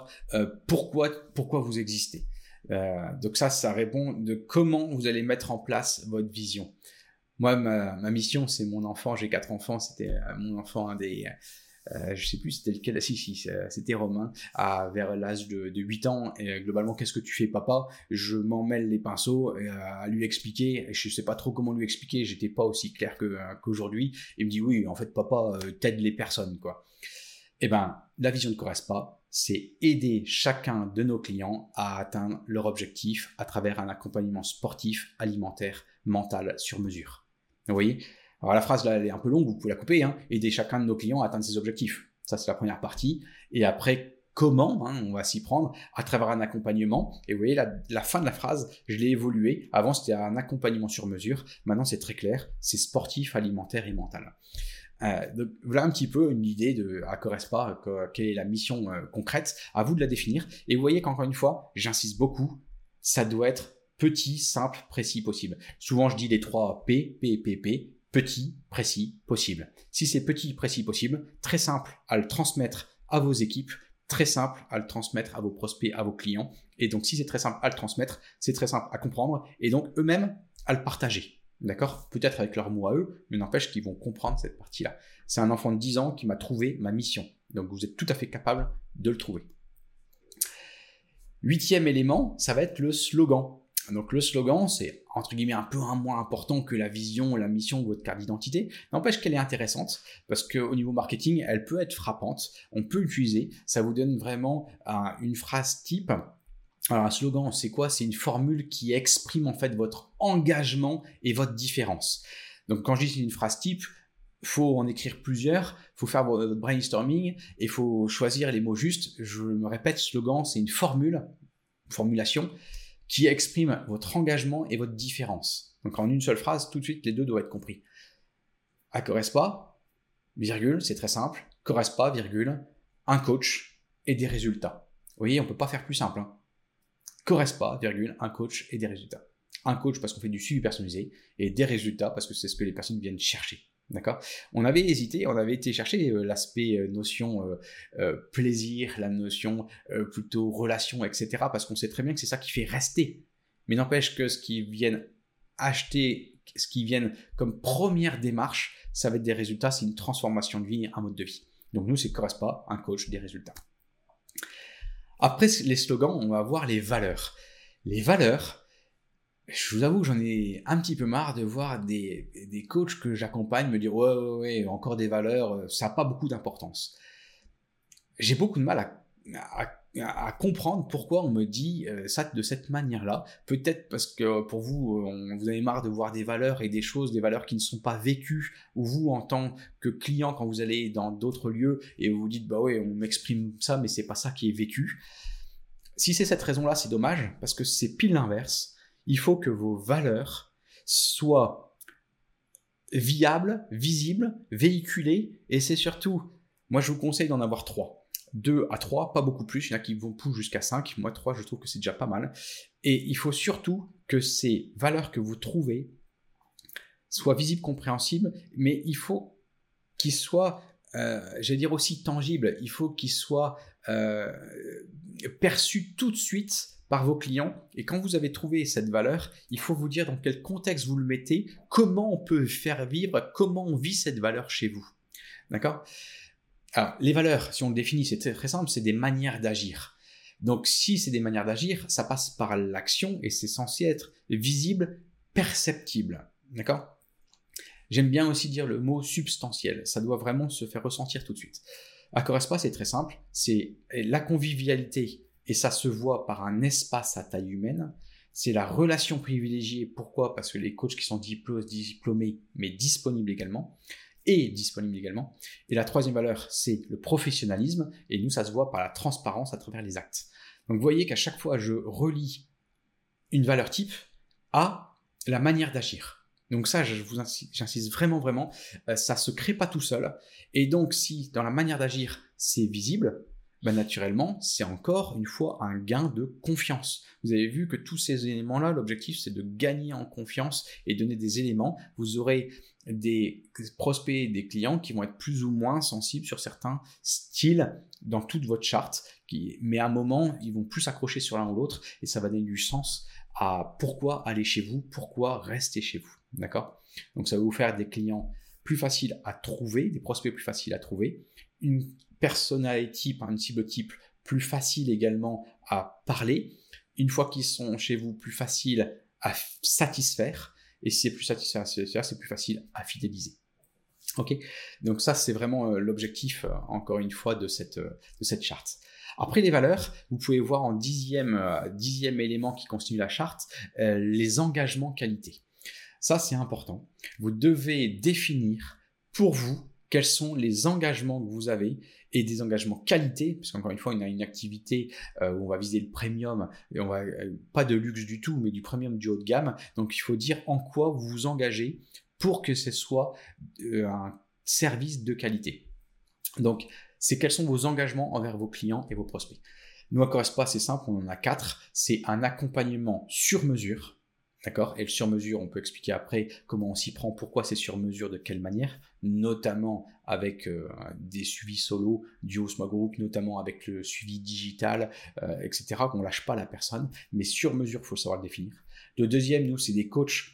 euh, pourquoi, pourquoi vous existez ? euh, Donc ça, ça répond de comment vous allez mettre en place votre vision. Moi, ma, ma mission, c'est mon enfant. J'ai quatre enfants. C'était euh, mon enfant, un des... Euh, je sais plus c'était lequel, si, si, c'était Romain, à, vers l'âge de, de huit ans, et euh, globalement, qu'est-ce que tu fais papa ? Je m'en mêle les pinceaux euh, à lui expliquer, et je sais pas trop comment lui expliquer, j'étais pas aussi clair que, euh, qu'aujourd'hui, il me dit oui, en fait papa, euh, t'aides les personnes, quoi. Eh ben, la vision de Correspa, c'est aider chacun de nos clients à atteindre leur objectif à travers un accompagnement sportif, alimentaire, mental, sur mesure. Vous voyez ? Alors la phrase là, elle est un peu longue, vous pouvez la couper, hein, aider chacun de nos clients à atteindre ses objectifs. Ça, c'est la première partie. Et après, comment hein, on va s'y prendre à travers un accompagnement. Et vous voyez, la, la fin de la phrase, je l'ai évolué. Avant, c'était un accompagnement sur mesure. Maintenant, c'est très clair, c'est sportif, alimentaire et mental. Euh, donc, voilà un petit peu une idée de à Correspa, que, quelle est la mission euh, concrète. À vous de la définir. Et vous voyez qu'encore une fois, j'insiste beaucoup, ça doit être petit, simple, précis possible. Souvent, je dis les trois P, P, P, P. Petit, précis, possible. Si c'est petit, précis, possible, très simple à le transmettre à vos équipes, très simple à le transmettre à vos prospects, à vos clients. Et donc, si c'est très simple à le transmettre, c'est très simple à comprendre et donc eux-mêmes à le partager. D'accord ? Peut-être avec leurs mots à eux, mais n'empêche qu'ils vont comprendre cette partie-là. C'est un enfant de dix ans qui m'a trouvé ma mission. Donc, vous êtes tout à fait capable de le trouver. Huitième élément, ça va être le slogan. Donc le slogan, c'est entre guillemets un peu un moins important que la vision, la mission de votre carte d'identité. N'empêche qu'elle est intéressante parce qu'au niveau marketing, elle peut être frappante. On peut l'utiliser. Ça vous donne vraiment euh, une phrase type. Alors un slogan, c'est quoi ? C'est une formule qui exprime en fait votre engagement et votre différence. Donc quand je dis c'est une phrase type, faut en écrire plusieurs, faut faire votre brainstorming et faut choisir les mots justes. Je me répète, slogan, c'est une formule, une formulation qui exprime votre engagement et votre différence. Donc en une seule phrase, tout de suite, les deux doivent être compris. À Correspa, virgule, c'est très simple, Correspa, virgule, un coach et des résultats. Vous voyez, on ne peut pas faire plus simple. Hein. Correspa, virgule, un coach et des résultats. Un coach parce qu'on fait du suivi personnalisé et des résultats parce que c'est ce que les personnes viennent chercher. D'accord ? On avait hésité, on avait été chercher euh, l'aspect euh, notion euh, euh, plaisir, la notion euh, plutôt relation, et cetera. Parce qu'on sait très bien que c'est ça qui fait rester. Mais n'empêche que ce qui viennent acheter, ce qui viennent comme première démarche, ça va être des résultats, c'est une transformation de vie, un mode de vie. Donc nous, c'est Correspa, un coach, des résultats. Après les slogans, on va voir les valeurs. Les valeurs, je vous avoue que j'en ai un petit peu marre de voir des, des coachs que j'accompagne me dire ouais, ouais, ouais, encore des valeurs, ça n'a pas beaucoup d'importance. J'ai beaucoup de mal à, à, à comprendre pourquoi on me dit ça de cette manière-là. Peut-être parce que pour vous, on, vous avez marre de voir des valeurs et des choses, des valeurs qui ne sont pas vécues, ou vous, en tant que client, quand vous allez dans d'autres lieux et vous vous dites bah ouais, on m'exprime ça, mais c'est pas ça qui est vécu. Si c'est cette raison-là, c'est dommage parce que c'est pile l'inverse. Il faut que vos valeurs soient viables, visibles, véhiculées, et c'est surtout, moi je vous conseille d'en avoir trois. Deux à trois, pas beaucoup plus, il y en a qui vont pousser jusqu'à cinq, moi trois je trouve que c'est déjà pas mal. Et il faut surtout que ces valeurs que vous trouvez soient visibles, compréhensibles, mais il faut qu'ils soient, euh, j'allais dire aussi tangibles, il faut qu'ils soient euh, perçus tout de suite par vos clients. Et quand vous avez trouvé cette valeur, il faut vous dire dans quel contexte vous le mettez, comment on peut faire vivre, comment on vit cette valeur chez vous. D'accord ? Alors, les valeurs, si on le définit, c'est très, très simple, c'est des manières d'agir. Donc, si c'est des manières d'agir, ça passe par l'action et c'est censé être visible, perceptible. D'accord ? J'aime bien aussi dire le mot substantiel. Ça doit vraiment se faire ressentir tout de suite. À Correspa, c'est très simple. C'est la convivialité. Et ça se voit par un espace à taille humaine. C'est la relation privilégiée. Pourquoi ? Parce que les coachs qui sont diplômés, mais disponibles également, et disponibles également. Et la troisième valeur, c'est le professionnalisme. Et nous, ça se voit par la transparence à travers les actes. Donc, vous voyez qu'à chaque fois, je relie une valeur type à la manière d'agir. Donc ça, je vous insiste, j'insiste vraiment, vraiment, euh, ça se crée pas tout seul. Et donc, si dans la manière d'agir, c'est visible, ben naturellement, c'est encore une fois un gain de confiance. Vous avez vu que tous ces éléments-là, l'objectif, c'est de gagner en confiance et donner des éléments. Vous aurez des prospects, des clients qui vont être plus ou moins sensibles sur certains styles dans toute votre charte, qui, mais à un moment, ils vont plus s'accrocher sur l'un ou l'autre et ça va donner du sens à pourquoi aller chez vous, pourquoi rester chez vous. D'accord ? Donc, ça va vous faire des clients plus faciles à trouver, des prospects plus faciles à trouver, une personnalité type, une cible type plus facile également à parler. Une fois qu'ils sont chez vous, plus facile à satisfaire. Et si c'est plus satisfaire à satisfaire, c'est plus facile à fidéliser. Ok ? Donc ça, c'est vraiment euh, l'objectif, euh, encore une fois, de cette, euh, de cette charte. Après les valeurs, vous pouvez voir en dixième, euh, dixième élément qui constitue la charte, euh, les engagements qualité. Ça, c'est important. Vous devez définir pour vous quels sont les engagements que vous avez et des engagements qualité, parce qu'encore une fois, on a une activité euh, où on va viser le premium, et on va euh, pas de luxe du tout, mais du premium du haut de gamme. Donc, il faut dire en quoi vous vous engagez pour que ce soit euh, un service de qualité. Donc, c'est quels sont vos engagements envers vos clients et vos prospects. Nous, à Correspa, c'est simple, on en a quatre. C'est un accompagnement sur mesure. D'accord ? Et le sur-mesure, on peut expliquer après comment on s'y prend, pourquoi c'est sur-mesure, de quelle manière, notamment avec euh, des suivis solo du Osmo Group, notamment avec le suivi digital, euh, et cetera, qu'on ne lâche pas la personne, mais sur-mesure, il faut savoir le définir. Le deuxième, nous, c'est des coachs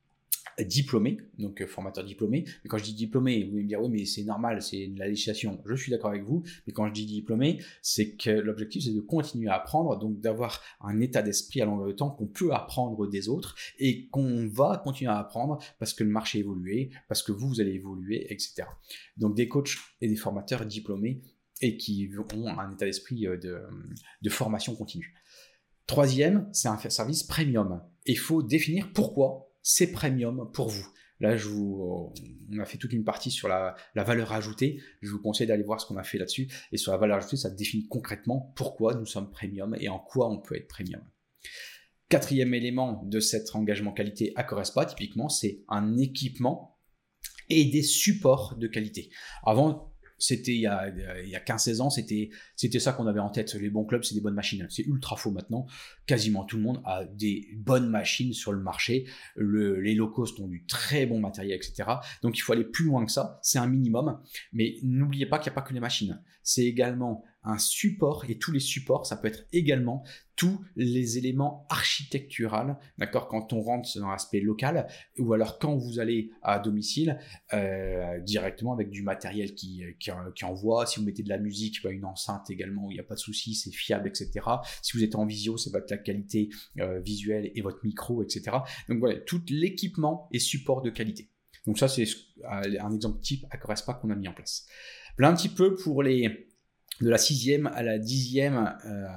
diplômé, donc euh, formateur diplômé. Mais quand je dis diplômé, vous allez me dire oui, mais c'est normal, c'est de la législation. Je suis d'accord avec vous, mais quand je dis diplômé, c'est que l'objectif c'est de continuer à apprendre, donc d'avoir un état d'esprit à longueur de temps qu'on peut apprendre des autres et qu'on va continuer à apprendre parce que le marché évolue, parce que vous, vous allez évoluer, et cetera. Donc des coachs et des formateurs diplômés et qui ont un état d'esprit de, de formation continue. Troisième, c'est un service premium. Et il faut définir pourquoi c'est premium pour vous. Là, je vous, on a fait toute une partie sur la, la valeur ajoutée. Je vous conseille d'aller voir ce qu'on a fait là-dessus. Et sur la valeur ajoutée, ça définit concrètement pourquoi nous sommes premium et en quoi on peut être premium. Quatrième élément de cet engagement qualité à Correspa, typiquement, c'est un équipement et des supports de qualité. Avant, c'était il y a, il y a quinze seize ans, c'était, c'était ça qu'on avait en tête. Les bons clubs, c'est des bonnes machines. C'est ultra faux maintenant. Quasiment tout le monde a des bonnes machines sur le marché. Le, les low cost ont du très bon matériel, et cetera. Donc, il faut aller plus loin que ça. C'est un minimum. Mais n'oubliez pas qu'il n'y a pas que les machines. C'est également un support, et tous les supports, ça peut être également tous les éléments architecturaux, d'accord, quand on rentre dans l'aspect local, ou alors quand vous allez à domicile, euh, directement avec du matériel qui, qui, qui envoie. Si vous mettez de la musique, bah, une enceinte également, où il n'y a pas de souci, c'est fiable, et cetera. Si vous êtes en visio, c'est votre la qualité euh, visuelle et votre micro, et cetera. Donc voilà, tout l'équipement et support de qualité. Donc ça, c'est un exemple type à Correspa qu'on a mis en place. Voilà un petit peu pour les de la sixième à la dixième euh,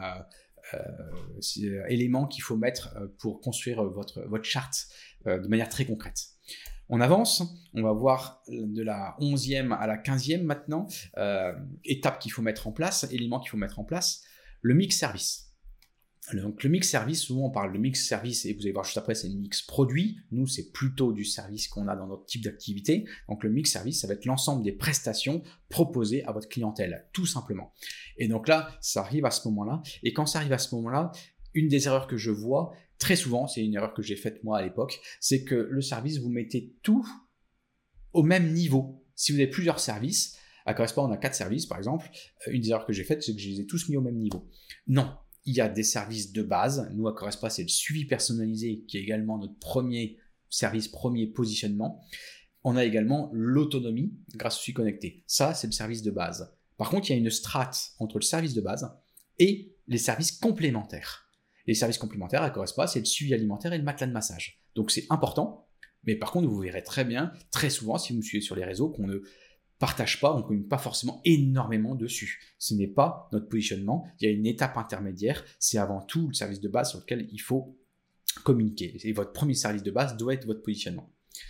euh, élément qu'il faut mettre pour construire votre, votre charte euh, de manière très concrète. On avance, on va voir de la onzième à la quinzième maintenant, euh, étapes qu'il faut mettre en place, éléments qu'il faut mettre en place, le mix service. Donc le mix service, souvent on parle de mix service et vous allez voir juste après, c'est le mix produit. Nous, c'est plutôt du service qu'on a dans notre type d'activité. Donc le mix service, ça va être l'ensemble des prestations proposées à votre clientèle, tout simplement. Et donc là, ça arrive à ce moment-là. Et quand ça arrive à ce moment-là, une des erreurs que je vois très souvent, c'est une erreur que j'ai faite moi à l'époque, c'est que le service, vous mettez tout au même niveau. Si vous avez plusieurs services, à Correspa, on a quatre services par exemple, une des erreurs que j'ai faites, c'est que je les ai tous mis au même niveau. Non. Il y a des services de base. Nous, à Correspa, c'est le suivi personnalisé qui est également notre premier service, premier positionnement. On a également l'autonomie grâce au suivi connecté. Ça, c'est le service de base. Par contre, il y a une strate entre le service de base et les services complémentaires. Les services complémentaires à Correspa, c'est le suivi alimentaire et le matelas de massage. Donc, c'est important. Mais par contre, vous verrez très bien, très souvent, si vous me suivez sur les réseaux, qu'on ne partage pas, on ne communique pas forcément énormément dessus. Ce n'est pas notre positionnement. Il y a une étape intermédiaire. C'est avant tout le service de base sur lequel il faut communiquer. Et votre premier service de base doit être votre positionnement.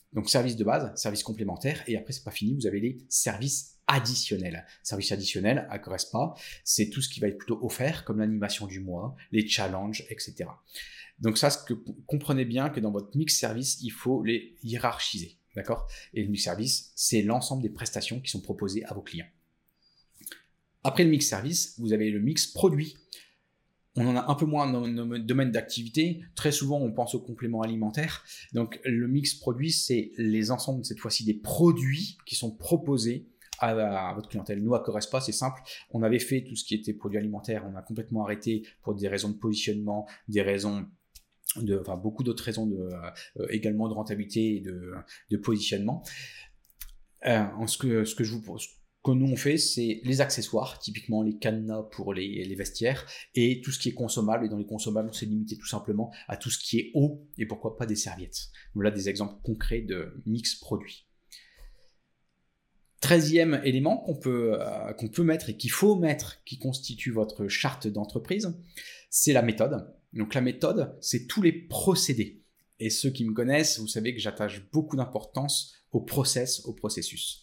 Donc, service de base, service complémentaire, et après, c'est pas fini, vous avez les services additionnels. Services additionnels, à Corespa, c'est tout ce qui va être plutôt offert, comme l'animation du mois, les challenges, et cetera. Donc ça, ce que comprenez bien que dans votre mix service, il faut les hiérarchiser, d'accord? Et le mix service, c'est l'ensemble des prestations qui sont proposées à vos clients. Après le mix service, vous avez le mix produit. On en a un peu moins dans nos domaines d'activité. Très souvent, on pense aux compléments alimentaires. Donc, le mix produit, c'est les ensembles, cette fois-ci, des produits qui sont proposés à, à votre clientèle. Nous, à Corespa, c'est simple. On avait fait tout ce qui était produits alimentaires. On a complètement arrêté pour des raisons de positionnement, des raisons de, enfin, beaucoup d'autres raisons de, euh, également de rentabilité et de, de positionnement. Euh, en ce que, ce que je vous propose, que nous on fait, c'est les accessoires, typiquement les cadenas pour les, les vestiaires, et tout ce qui est consommable. Et dans les consommables, on s'est limité tout simplement à tout ce qui est eau, et pourquoi pas des serviettes. Voilà des exemples concrets de mix produits. Treizième élément qu'on peut, euh, qu'on peut mettre et qu'il faut mettre, qui constitue votre charte d'entreprise, c'est la méthode. Donc la méthode, c'est tous les procédés. Et ceux qui me connaissent, vous savez que j'attache beaucoup d'importance au process, au processus.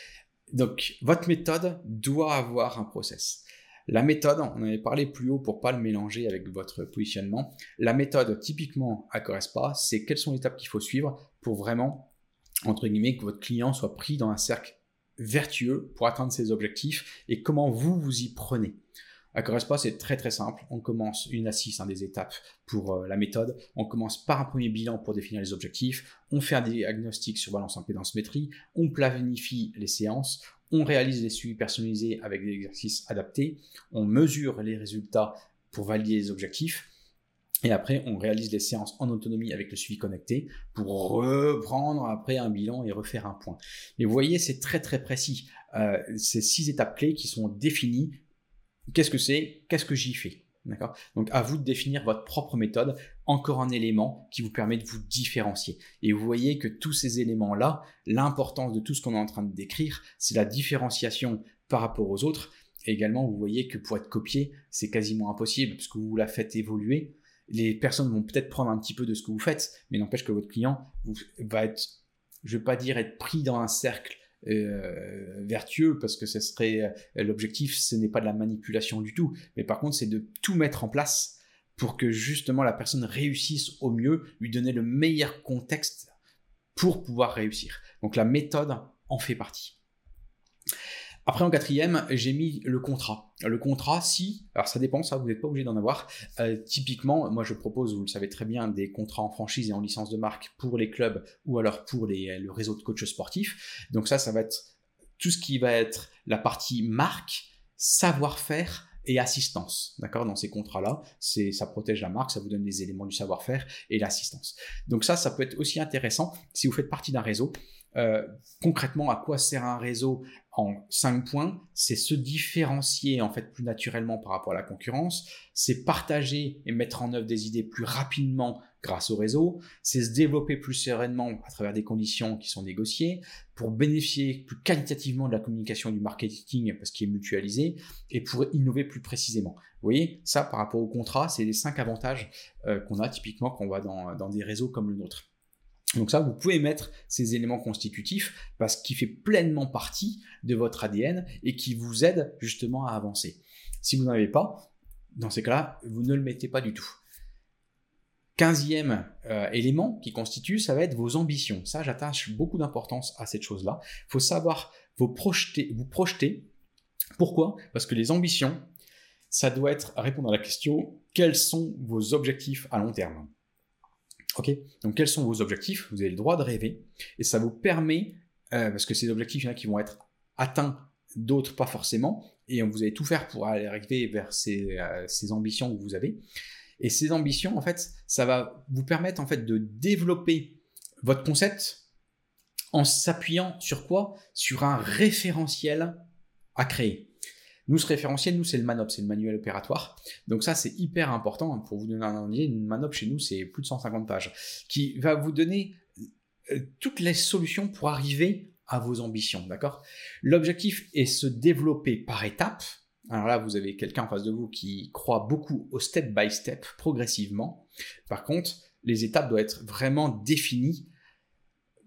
Donc, votre méthode doit avoir un process. La méthode, on en avait parlé plus haut pour pas le mélanger avec votre positionnement. La méthode, typiquement à Corespa, c'est quelles sont les étapes qu'il faut suivre pour vraiment, entre guillemets, que votre client soit pris dans un cercle vertueux pour atteindre ses objectifs et comment vous vous y prenez. À Corespa, c'est très très simple. On commence une à six, hein, des étapes pour euh, la méthode. On commence par un premier bilan pour définir les objectifs. On fait un diagnostic sur balance impédance-métrie. On planifie les séances. On réalise les suivis personnalisés avec des exercices adaptés. On mesure les résultats pour valider les objectifs. Et après, on réalise les séances en autonomie avec le suivi connecté pour reprendre après un bilan et refaire un point. Et vous voyez, c'est très très précis. Euh, c'est six étapes clés qui sont définies. Qu'est-ce que c'est? Qu'est-ce que j'y fais? D'accord? Donc, à vous de définir votre propre méthode, encore un élément qui vous permet de vous différencier. Et vous voyez que tous ces éléments-là, l'importance de tout ce qu'on est en train de décrire, c'est la différenciation par rapport aux autres. Et également, vous voyez que pour être copié, c'est quasiment impossible parce que vous la faites évoluer. Les personnes vont peut-être prendre un petit peu de ce que vous faites, mais n'empêche que votre client va être, je ne vais pas dire être pris dans un cercle Euh, vertueux, parce que ce serait euh, l'objectif, ce n'est pas de la manipulation du tout, mais par contre c'est de tout mettre en place pour que justement la personne réussisse au mieux, lui donner le meilleur contexte pour pouvoir réussir. Donc la méthode en fait partie. Après, en quatrième, j'ai mis le contrat. Le contrat, si, alors ça dépend, ça, vous n'êtes pas obligé d'en avoir. Euh, typiquement, moi je propose, vous le savez très bien, des contrats en franchise et en licence de marque pour les clubs ou alors pour les, le réseau de coachs sportifs. Donc ça, ça va être tout ce qui va être la partie marque, savoir-faire et assistance. D'accord? Dans ces contrats-là, c'est, ça protège la marque, ça vous donne des éléments du savoir-faire et l'assistance. Donc ça, ça peut être aussi intéressant si vous faites partie d'un réseau. Euh, concrètement, à quoi sert un réseau en cinq points? C'est se différencier en fait plus naturellement par rapport à la concurrence, c'est partager et mettre en œuvre des idées plus rapidement grâce au réseau, c'est se développer plus sereinement à travers des conditions qui sont négociées pour bénéficier plus qualitativement de la communication et du marketing parce qu'il est mutualisé et pour innover plus précisément. Vous voyez, ça par rapport au contrat, c'est les cinq avantages euh, qu'on a typiquement quand on va dans, dans des réseaux comme le nôtre. Donc ça, vous pouvez mettre ces éléments constitutifs parce qu'il fait pleinement partie de votre A D N et qui vous aide justement à avancer. Si vous n'en avez pas, dans ces cas-là, vous ne le mettez pas du tout. Quinzième euh, élément qui constitue, ça va être vos ambitions. Ça, j'attache beaucoup d'importance à cette chose-là. Il faut savoir vous projeter, vous projeter. Pourquoi? Parce que les ambitions, ça doit être répondre à la question « Quels sont vos objectifs à long terme ?» Ok, donc quels sont vos objectifs? Vous avez le droit de rêver et ça vous permet, euh, parce que ces objectifs, il y en a qui vont être atteints, d'autres pas forcément, et vous allez tout faire pour aller arriver vers ces, euh, ces ambitions que vous avez. Et ces ambitions, en fait, ça va vous permettre en fait de développer votre concept en s'appuyant sur quoi? Sur un référentiel à créer. Nous, ce référentiel, nous, c'est le MANOP, c'est le manuel opératoire. Donc ça, c'est hyper important. Pour vous donner un idée, une MANOP chez nous, c'est plus de cent cinquante pages, qui va vous donner euh, toutes les solutions pour arriver à vos ambitions, d'accord? L'objectif est se développer par étapes. Alors là, vous avez quelqu'un en face de vous qui croit beaucoup au step by step, progressivement. Par contre, les étapes doivent être vraiment définies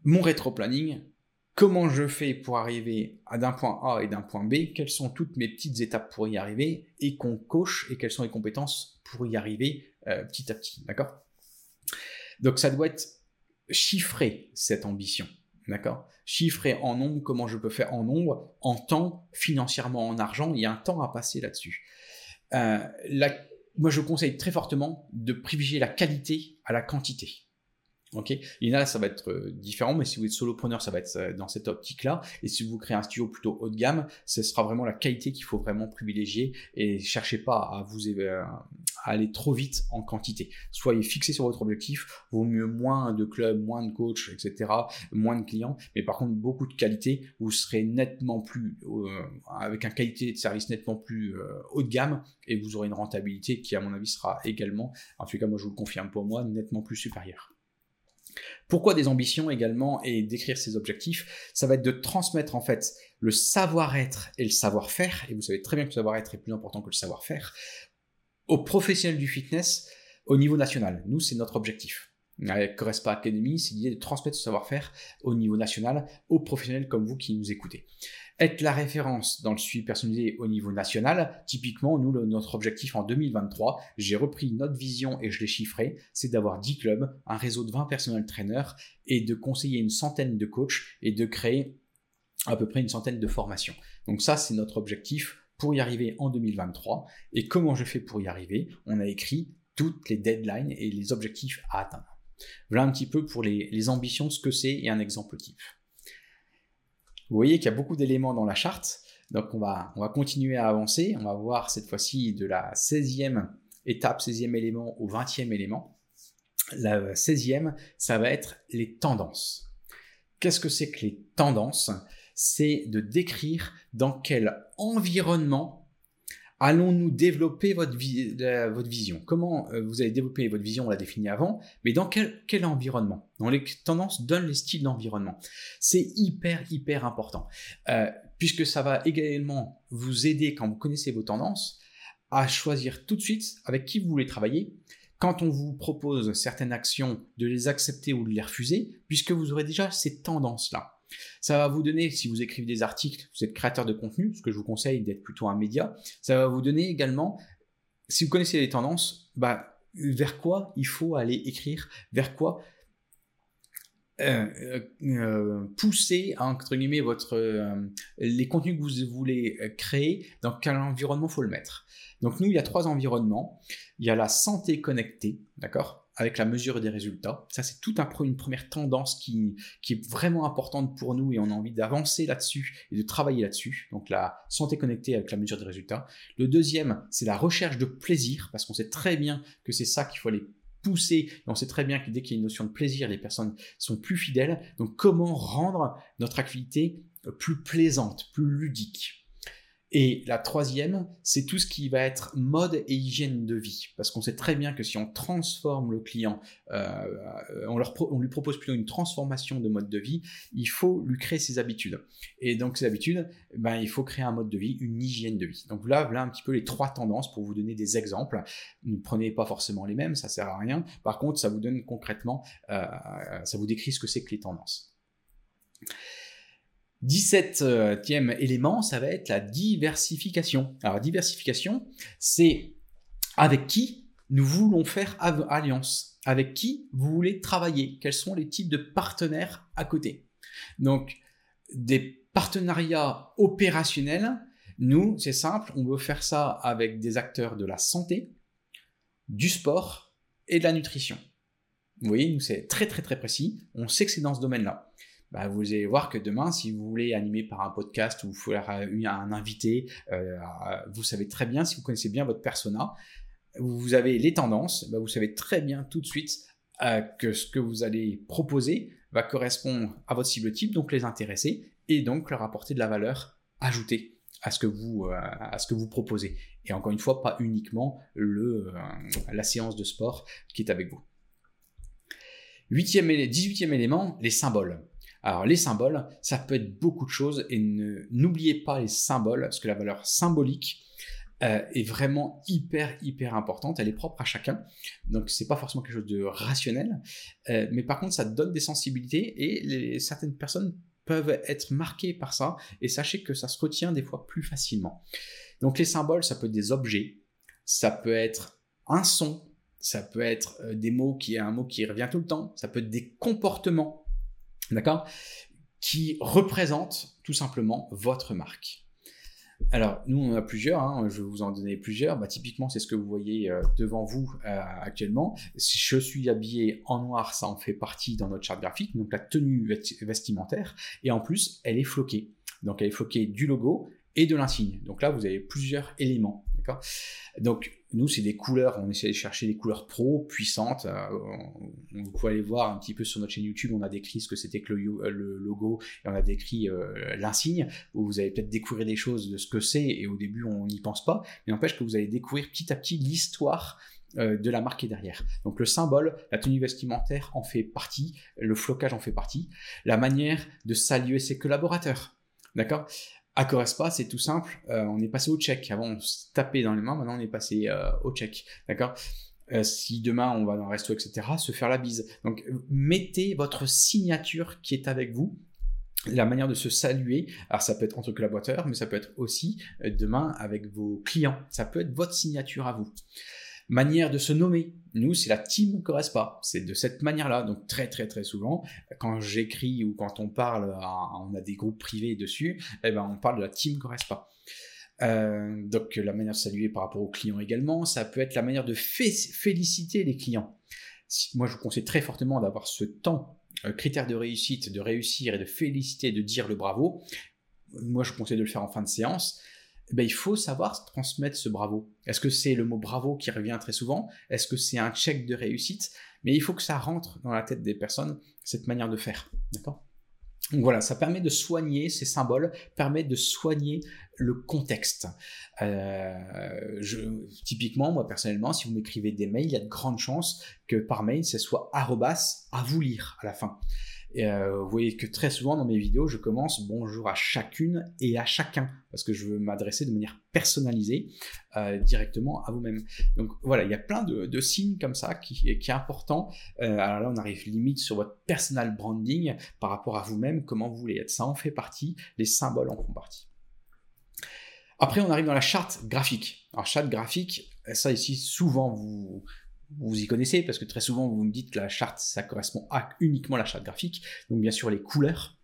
mon rétro-planning, comment je fais pour arriver à d'un point A et d'un point B, quelles sont toutes mes petites étapes pour y arriver, et qu'on coche, et quelles sont les compétences pour y arriver euh, petit à petit, d'accord ? Donc ça doit être chiffré, cette ambition, d'accord ? Chiffré en nombre, comment je peux faire en nombre, en temps, financièrement, en argent, il y a un temps à passer là-dessus. Euh, la, moi, je conseille très fortement de privilégier la qualité à la quantité. Ok, et là, ça va être différent, mais si vous êtes solopreneur, ça va être dans cette optique-là. Et si vous créez un studio plutôt haut de gamme, ce sera vraiment la qualité qu'il faut vraiment privilégier. Et cherchez pas à vous à aller trop vite en quantité. Soyez fixé sur votre objectif. Vaut mieux moins de clubs, moins de coachs, et cetera, moins de clients. Mais par contre, beaucoup de qualité. Vous serez nettement plus euh, avec un qualité de service nettement plus euh, haut de gamme, et vous aurez une rentabilité qui, à mon avis, sera également, en tout cas, moi je vous le confirme pour moi, nettement plus supérieure. Pourquoi des ambitions également et d'écrire ses objectifs? Ça va être de transmettre en fait le savoir-être et le savoir-faire, et vous savez très bien que le savoir-être est plus important que le savoir-faire, aux professionnels du fitness au niveau national. Nous, c'est notre objectif. Avec Corespa Academy, c'est l'idée de transmettre ce savoir-faire au niveau national aux professionnels comme vous qui nous écoutez. Être la référence dans le suivi personnalisé au niveau national, typiquement, nous, le, notre objectif en deux mille vingt-trois, j'ai repris notre vision et je l'ai chiffré, c'est d'avoir dix clubs, un réseau de vingt personal trainers et de conseiller une centaine de coachs et de créer à peu près une centaine de formations. Donc ça, c'est notre objectif pour y arriver en deux mille vingt-trois. Et comment je fais pour y arriver? On a écrit toutes les deadlines et les objectifs à atteindre. Voilà un petit peu pour les, les ambitions, ce que c'est et un exemple type. Vous voyez qu'il y a beaucoup d'éléments dans la charte, donc on va, on va continuer à avancer. On va voir cette fois-ci de la seizième étape, seizième élément au vingtième élément. La seizième, ça va être les tendances. Qu'est-ce que c'est que les tendances? C'est de décrire dans quel environnement allons-nous développer votre, vi- euh, votre vision. Comment euh, vous allez développer votre vision, on l'a défini avant, mais dans quel, quel environnement? Donc les tendances donnent les styles d'environnement. C'est hyper, hyper important, euh, puisque ça va également vous aider, quand vous connaissez vos tendances, à choisir tout de suite avec qui vous voulez travailler. Quand on vous propose certaines actions, de les accepter ou de les refuser, puisque vous aurez déjà ces tendances-là. Ça va vous donner, si vous écrivez des articles, vous êtes créateur de contenu, ce que je vous conseille d'être plutôt un média, ça va vous donner également, si vous connaissez les tendances, bah, vers quoi il faut aller écrire, vers quoi euh, euh, pousser, entre guillemets, votre, euh, les contenus que vous voulez créer, dans quel environnement il faut le mettre. Donc nous, il y a trois environnements. Il y a la santé connectée, d'accord ? Avec la mesure des résultats. Ça, c'est toute un, une première tendance qui, qui est vraiment importante pour nous et on a envie d'avancer là-dessus et de travailler là-dessus. Donc, la santé connectée avec la mesure des résultats. Le deuxième, c'est la recherche de plaisir parce qu'on sait très bien que c'est ça qu'il faut aller pousser. Et on sait très bien que dès qu'il y a une notion de plaisir, les personnes sont plus fidèles. Donc, comment rendre notre activité plus plaisante, plus ludique? Et la troisième, c'est tout ce qui va être mode et hygiène de vie. Parce qu'on sait très bien que si on transforme le client, euh, on, leur pro- on lui propose plutôt une transformation de mode de vie, il faut lui créer ses habitudes. Et donc ces habitudes, ben, il faut créer un mode de vie, une hygiène de vie. Donc là, voilà un petit peu les trois tendances pour vous donner des exemples. Ne prenez pas forcément les mêmes, ça sert à rien. Par contre, ça vous donne concrètement, euh, ça vous décrit ce que c'est que les tendances. dix-septième élément, ça va être la diversification. Alors, diversification, c'est avec qui nous voulons faire alliance, avec qui vous voulez travailler, quels sont les types de partenaires à côté. Donc, des partenariats opérationnels, nous, c'est simple, on veut faire ça avec des acteurs de la santé, du sport et de la nutrition. Vous voyez, nous, c'est très, très, très précis. On sait que c'est dans ce domaine-là. Bah, vous allez voir que demain, si vous voulez animer par un podcast ou faire un invité, euh, vous savez très bien, si vous connaissez bien votre persona, vous avez les tendances, bah, vous savez très bien tout de suite euh, que ce que vous allez proposer va correspondre à votre cible type, donc les intéresser et donc leur apporter de la valeur ajoutée à ce que vous, euh, à ce que vous proposez. Et encore une fois, pas uniquement le, euh, la séance de sport qui est avec vous. Huitième, dix-huitième élément, les symboles. Alors, les symboles, ça peut être beaucoup de choses et ne, n'oubliez pas les symboles parce que la valeur symbolique euh, est vraiment hyper, hyper importante. Elle est propre à chacun. Donc, c'est pas forcément quelque chose de rationnel. Euh, mais par contre, ça donne des sensibilités et les, certaines personnes peuvent être marquées par ça. Et sachez que ça se retient des fois plus facilement. Donc, les symboles, ça peut être des objets. Ça peut être un son. Ça peut être euh, des mots qui est un mot qui revient tout le temps. Ça peut être des comportements. D'accord ? Qui représentent tout simplement votre marque. Alors, nous, on en a plusieurs, hein, je vais vous en donner plusieurs. Bah, typiquement, c'est ce que vous voyez euh, devant vous euh, actuellement. Si je suis habillé en noir, ça en fait partie dans notre charte graphique, donc la tenue vestimentaire. Et en plus, elle est floquée. Donc, elle est floquée du logo et de l'insigne. Donc là, vous avez plusieurs éléments. D'accord ? Donc, nous, c'est des couleurs, on essaie de chercher des couleurs pro, puissantes. Euh, on, vous pouvez aller voir un petit peu sur notre chaîne YouTube, on a décrit ce que c'était que le, le logo et on a décrit euh, l'insigne, où vous allez peut-être découvrir des choses de ce que c'est et au début, on n'y pense pas, mais n'empêche que vous allez découvrir petit à petit l'histoire euh, de la marque qui est derrière. Donc, le symbole, la tenue vestimentaire en fait partie, le flocage en fait partie, la manière de saluer ses collaborateurs. D'accord ? À Corespa, c'est tout simple, euh, on est passé au check. Avant, on se tapait dans les mains, maintenant on est passé euh, au check. D'accord ? euh, Si demain on va dans un resto, et cetera, se faire la bise. Donc, mettez votre signature qui est avec vous, la manière de se saluer. Alors, ça peut être entre collaborateurs, mais ça peut être aussi euh, demain avec vos clients. Ça peut être votre signature à vous. Manière de se nommer. Nous, c'est la team Corespa. C'est de cette manière-là. Donc, très, très, très souvent, quand j'écris ou quand on parle, on a des groupes privés dessus, eh ben, on parle de la team Corespa. Euh, donc, la manière de saluer par rapport aux clients également. Ça peut être la manière de fé- féliciter les clients. Moi, je vous conseille très fortement d'avoir ce temps, euh, critère de réussite, de réussir et de féliciter, de dire le bravo. Moi, je vous conseille de le faire en fin de séance. Ben, il faut savoir transmettre ce bravo. Est-ce que c'est le mot bravo qui revient très souvent ? Est-ce que c'est un check de réussite ? Mais il faut que ça rentre dans la tête des personnes, cette manière de faire. D'accord ? Donc voilà, ça permet de soigner, ces symboles permettent de soigner le contexte. Euh, je, typiquement, moi personnellement, si vous m'écrivez des mails, il y a de grandes chances que par mail, ce soit arrobas à vous lire à la fin. Et euh, vous voyez que très souvent dans mes vidéos, je commence bonjour à chacune et à chacun parce que je veux m'adresser de manière personnalisée euh, directement à vous-même. Donc voilà, il y a plein de, de signes comme ça qui, qui est important. Euh, alors là, on arrive limite sur votre personal branding par rapport à vous-même, comment vous voulez être. Ça en fait partie, les symboles en font partie. Après, on arrive dans la charte graphique. Alors, charte graphique, ça ici, souvent, vous... vous y connaissez parce que très souvent vous me dites que la charte ça correspond à uniquement la charte graphique, donc bien sûr les couleurs,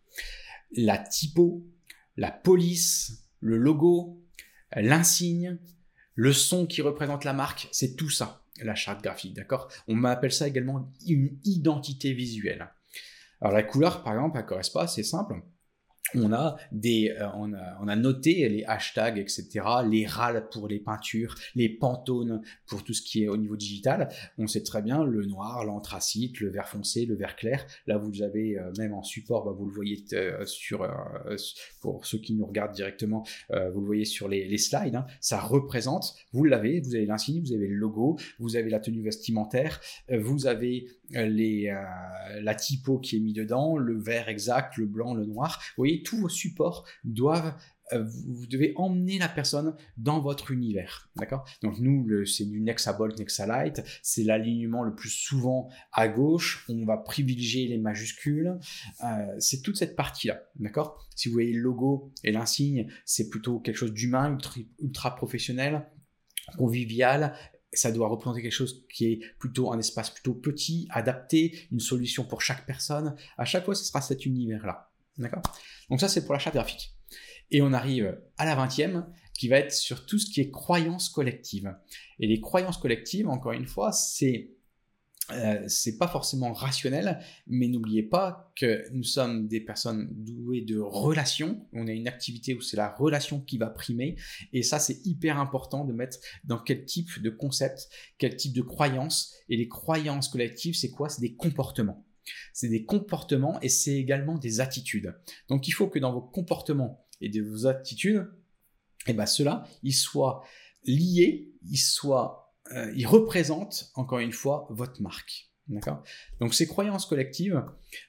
la typo, la police, le logo, l'insigne, le son qui représente la marque, c'est tout ça la charte graphique, d'accord ? On appelle ça également une identité visuelle. Alors la couleur par exemple à Corespa, c'est simple. On a, des, euh, on, a, on a noté les hashtags, et cetera, les râles pour les peintures, les pantones pour tout ce qui est au niveau digital. On sait très bien le noir, l'anthracite, le vert foncé, le vert clair. Là, vous avez euh, même en support, bah, vous le voyez euh, sur, euh, pour ceux qui nous regardent directement, euh, vous le voyez sur les, les slides. Hein, ça représente, vous l'avez, vous avez l'insigne, vous avez le logo, vous avez la tenue vestimentaire, euh, vous avez euh, les, euh, la typo qui est mis dedans, le vert exact, le blanc, le noir. Vous voyez, tous vos supports doivent, euh, vous devez emmener la personne dans votre univers, d'accord ? Donc nous, le, c'est du Nexabolt, Nexalight, c'est l'alignement le plus souvent à gauche, on va privilégier les majuscules, euh, c'est toute cette partie-là, d'accord ? Si vous voyez le logo et l'insigne, c'est plutôt quelque chose d'humain, ultra, ultra professionnel, convivial. Ça doit représenter quelque chose qui est plutôt un espace plutôt petit, adapté, une solution pour chaque personne. À chaque fois, ce sera cet univers-là. D'accord ? Donc ça, c'est pour la charte graphique. Et on arrive à la vingtième, qui va être sur tout ce qui est croyances collectives. Et les croyances collectives, encore une fois, c'est euh, c'est pas forcément rationnel, mais n'oubliez pas que nous sommes des personnes douées de relations. On a une activité où c'est la relation qui va primer, et ça, c'est hyper important de mettre dans quel type de concept, quel type de croyances. Et les croyances collectives, c'est quoi ? C'est des comportements. C'est des comportements et c'est également des attitudes. Donc, il faut que dans vos comportements et de vos attitudes, eh ben, ceux-là, ils soient liés, ils soient, euh, ils représentent, encore une fois, votre marque. D'accord ? Donc, ces croyances collectives,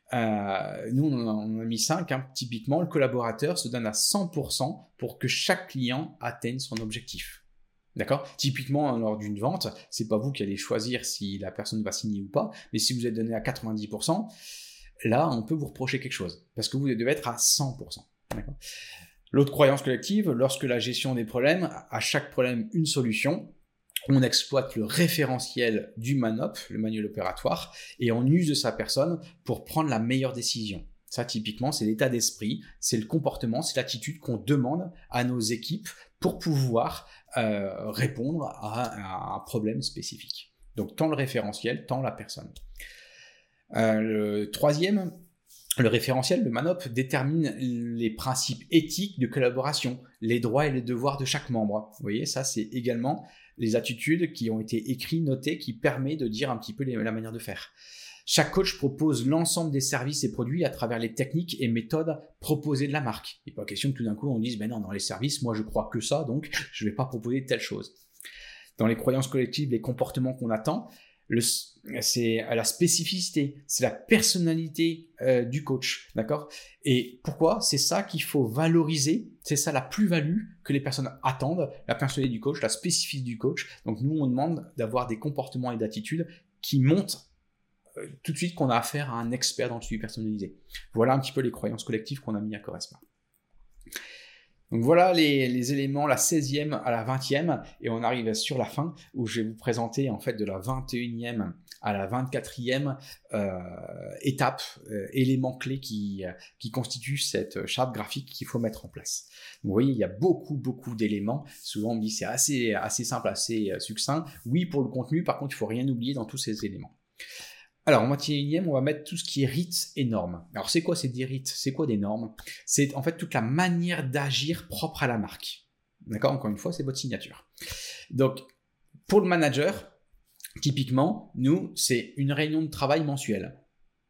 euh, nous, on en a, on en a mis cinq. Hein. Typiquement, le collaborateur se donne à cent pour cent pour que chaque client atteigne son objectif. D'accord ? Typiquement, lors d'une vente, c'est pas vous qui allez choisir si la personne va signer ou pas, mais si vous êtes donné à quatre-vingt-dix pour cent, là, on peut vous reprocher quelque chose, parce que vous devez être à cent pour cent. D'accord ? L'autre croyance collective, lorsque la gestion des problèmes, à chaque problème, une solution, on exploite le référentiel du MANOP, le manuel opératoire, et on use de sa personne pour prendre la meilleure décision. Ça, typiquement, c'est l'état d'esprit, c'est le comportement, c'est l'attitude qu'on demande à nos équipes pour pouvoir euh, répondre à, à un problème spécifique. Donc, tant le référentiel, tant la personne. Euh, le troisième, le référentiel, le MANOP, détermine les principes éthiques de collaboration, les droits et les devoirs de chaque membre. Vous voyez, ça, c'est également les attitudes qui ont été écrites, notées, qui permettent de dire un petit peu les, la manière de faire. Chaque coach propose l'ensemble des services et produits à travers les techniques et méthodes proposées de la marque. Il n'est pas question que tout d'un coup on dise ben non, dans les services, moi je crois que ça, donc je ne vais pas proposer telle chose. Dans les croyances collectives, les comportements qu'on attend, le, c'est la spécificité, c'est la personnalité euh, du coach, d'accord ? Et pourquoi ? C'est ça qu'il faut valoriser, c'est ça la plus-value que les personnes attendent, la personnalité du coach, la spécificité du coach. Donc nous, on demande d'avoir des comportements et d'attitudes qui montrent tout de suite qu'on a affaire à un expert dans le suivi personnalisé. Voilà un petit peu les croyances collectives qu'on a mis à Corespa. Donc voilà les, les éléments, la seizième à la vingtième, et on arrive sur la fin où je vais vous présenter en fait de la vingt et unième à la vingt-quatrième euh, étape, euh, éléments clés qui, euh, qui constituent cette charte graphique qu'il faut mettre en place. Donc, vous voyez, il y a beaucoup, beaucoup d'éléments. Souvent on me dit c'est assez, assez simple, assez succinct. Oui pour le contenu, par contre il ne faut rien oublier dans tous ces éléments. Alors, en vingt et unième, on va mettre tout ce qui est rites et normes. Alors, c'est quoi ces des rites ? C'est quoi des normes ? C'est en fait toute la manière d'agir propre à la marque. D'accord ? Encore une fois, c'est votre signature. Donc, pour le manager, typiquement, nous, c'est une réunion de travail mensuelle. Ok ?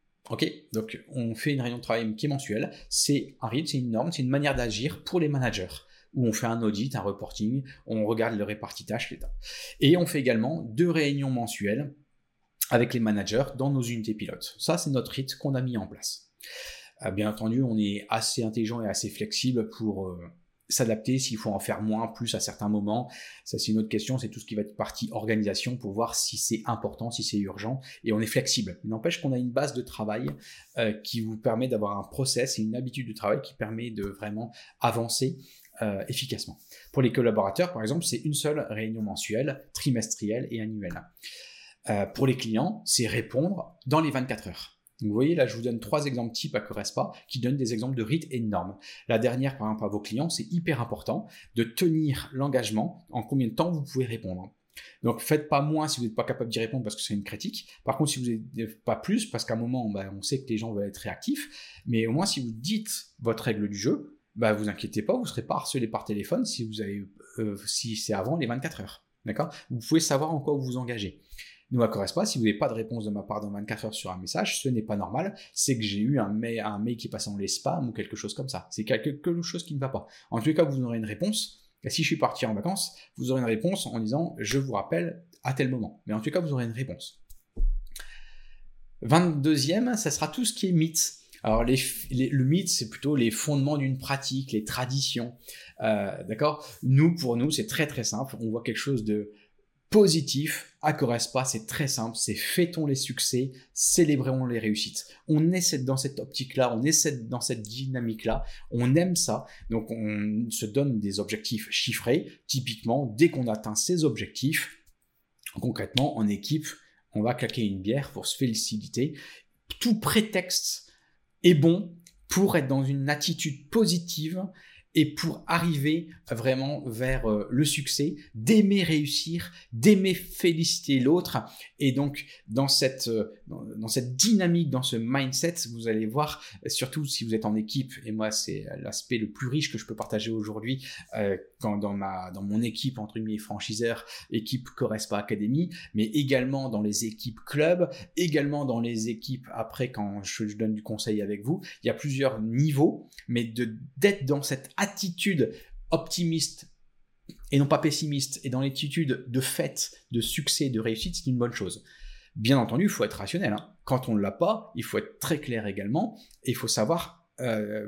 Donc, on fait une réunion de travail qui est mensuelle. C'est un rite, c'est une norme, c'est une manière d'agir pour les managers, où on fait un audit, un reporting, on regarde le répartitage, l'état. Et on fait également deux réunions mensuelles avec les managers dans nos unités pilotes. Ça, c'est notre rite qu'on a mis en place. Euh, bien entendu, on est assez intelligent et assez flexible pour euh, s'adapter s'il faut en faire moins, plus à certains moments. Ça, c'est une autre question, c'est tout ce qui va être partie organisation pour voir si c'est important, si c'est urgent, et on est flexible. Il n'empêche qu'on a une base de travail euh, qui vous permet d'avoir un process et une habitude de travail qui permet de vraiment avancer euh, efficacement. Pour les collaborateurs, par exemple, c'est une seule réunion mensuelle, trimestrielle et annuelle. Euh, pour les clients, c'est répondre dans les vingt-quatre heures. Donc, vous voyez, là, je vous donne trois exemples types à Corespa qui donnent des exemples de rites et de normes. La dernière, par exemple, à vos clients, c'est hyper important de tenir l'engagement en combien de temps vous pouvez répondre. Donc, faites pas moins si vous n'êtes pas capable d'y répondre parce que c'est une critique. Par contre, si vous n'êtes pas plus, parce qu'à un moment, bah, on sait que les gens veulent être réactifs, mais au moins, si vous dites votre règle du jeu, bah, vous inquiétez pas, vous ne serez pas harcelé par téléphone si, vous avez, euh, si c'est avant les vingt-quatre heures. D'accord ? Vous pouvez savoir en quoi vous vous engagez. Nous, à Corespa, si vous n'avez pas de réponse de ma part dans vingt-quatre heures sur un message, ce n'est pas normal, c'est que j'ai eu un mail, un mail qui est passé en les spams ou quelque chose comme ça. C'est quelque chose qui ne va pas. En tout cas, vous aurez une réponse. Et si je suis parti en vacances, vous aurez une réponse en disant « je vous rappelle à tel moment ». Mais en tout cas, vous aurez une réponse. vingt-deuxième, ça sera tout ce qui est mythe. Alors, les, les, le mythe, c'est plutôt les fondements d'une pratique, les traditions. Euh, d'accord ? Nous, pour nous, c'est très très simple. On voit quelque chose de positif à Corespa, c'est très simple, c'est fêtons les succès, célébrons les réussites. On essaie dans cette optique-là, on essaie dans cette dynamique-là, on aime ça, donc on se donne des objectifs chiffrés. Typiquement, dès qu'on atteint ces objectifs, concrètement, en équipe, on va claquer une bière pour se féliciter. Tout prétexte est bon pour être dans une attitude positive et pour arriver vraiment vers euh, le succès, d'aimer réussir, d'aimer féliciter l'autre. Et donc, dans cette, euh, dans, dans cette dynamique, dans ce mindset, vous allez voir, surtout si vous êtes en équipe, et moi, c'est l'aspect le plus riche que je peux partager aujourd'hui, euh, quand dans, ma, dans mon équipe, entre guillemets, franchiseur, équipe Corespa Academy, mais également dans les équipes club, également dans les équipes, après, quand je, je donne du conseil avec vous, il y a plusieurs niveaux, mais de, d'être dans cette attitude optimiste et non pas pessimiste, et dans l'attitude de fête, de succès, de réussite, c'est une bonne chose. Bien entendu, il faut être rationnel. Hein. Quand on ne l'a pas, il faut être très clair également, et il faut savoir euh,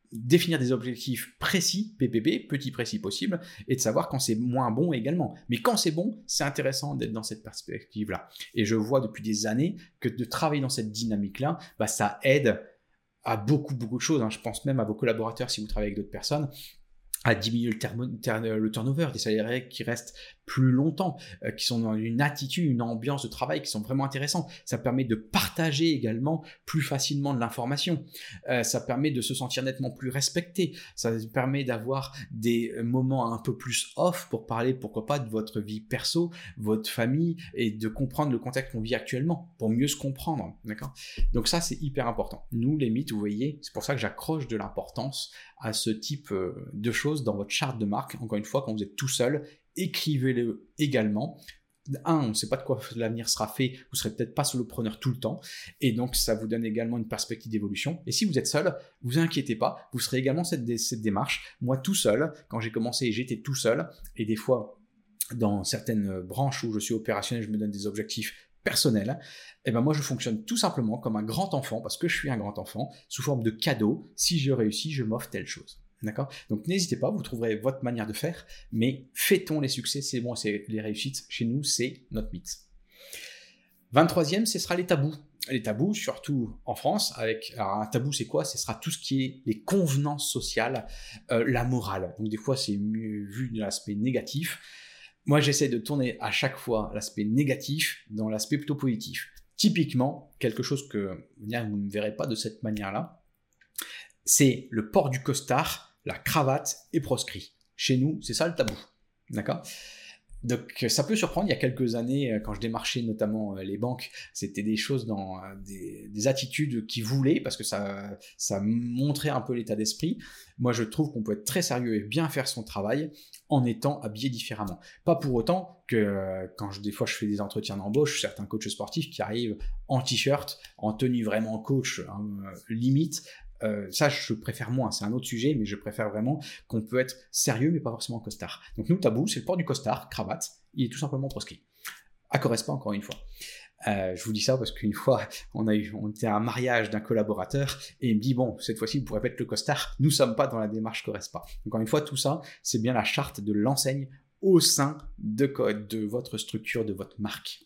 définir des objectifs précis, P P P, petit précis possible, et de savoir quand c'est moins bon également. Mais quand c'est bon, c'est intéressant d'être dans cette perspective-là. Et je vois depuis des années que de travailler dans cette dynamique-là, bah, ça aide à beaucoup, beaucoup de choses. Hein. Je pense même à vos collaborateurs, si vous travaillez avec d'autres personnes, à diminuer le, termo, ter, le turnover, des salariés qui restent plus longtemps, euh, qui sont dans une attitude, une ambiance de travail qui sont vraiment intéressants. Ça permet de partager également plus facilement de l'information. Euh, ça permet de se sentir nettement plus respecté. Ça permet d'avoir des moments un peu plus off pour parler, pourquoi pas, de votre vie perso, votre famille, et de comprendre le contexte qu'on vit actuellement, pour mieux se comprendre. D'accord ? Donc ça, c'est hyper important. Nous, les mythes, vous voyez, c'est pour ça que j'accroche de l'importance à ce type de choses dans votre charte de marque. Encore une fois, quand vous êtes tout seul, écrivez-le également. Un, on ne sait pas de quoi l'avenir sera fait, vous ne serez peut-être pas solopreneur tout le temps, et donc ça vous donne également une perspective d'évolution. Et si vous êtes seul, vous inquiétez pas, vous serez également cette, cette démarche. Moi, tout seul, quand j'ai commencé, j'étais tout seul, et des fois, dans certaines branches où je suis opérationnel, je me donne des objectifs personnel, et ben moi je fonctionne tout simplement comme un grand enfant, parce que je suis un grand enfant, sous forme de cadeau. Si je réussis, je m'offre telle chose. D'accord ? Donc n'hésitez pas, vous trouverez votre manière de faire, mais fêtons les succès, c'est bon, c'est les réussites. Chez nous, c'est notre mythe. vingt-troisième, ce sera les tabous. Les tabous, surtout en France, avec alors un tabou, c'est quoi ? Ce sera tout ce qui est les convenances sociales, euh, la morale. Donc des fois, c'est mieux vu de l'aspect négatif. Moi, j'essaie de tourner à chaque fois l'aspect négatif dans l'aspect plutôt positif. Typiquement, quelque chose que vous ne verrez pas de cette manière-là, c'est le port du costard, la cravate est proscrit. Chez nous, c'est ça le tabou. D'accord ? Donc ça peut surprendre. Il y a quelques années, quand je démarchais notamment les banques, c'était des choses dans des, des attitudes qui voulaient, parce que ça, ça montrait un peu l'état d'esprit. Moi, je trouve qu'on peut être très sérieux et bien faire son travail en étant habillé différemment. Pas pour autant que quand je, des fois je fais des entretiens d'embauche, certains coachs sportifs qui arrivent en t-shirt, en tenue vraiment coach, hein, limite. Euh, ça, je préfère moins, c'est un autre sujet, mais je préfère vraiment qu'on peut être sérieux, mais pas forcément costard. Donc nous, tabou, c'est le port du costard, cravate, il est tout simplement proscrit. À Correspa, encore une fois. Euh, je vous dis ça parce qu'une fois, on a eu, on était à un mariage d'un collaborateur et il me dit, bon, cette fois-ci, vous pourrez mettre le costard, nous sommes pas dans la démarche Correspa. Encore une fois, tout ça, c'est bien la charte de l'enseigne au sein de, de votre structure, de votre marque.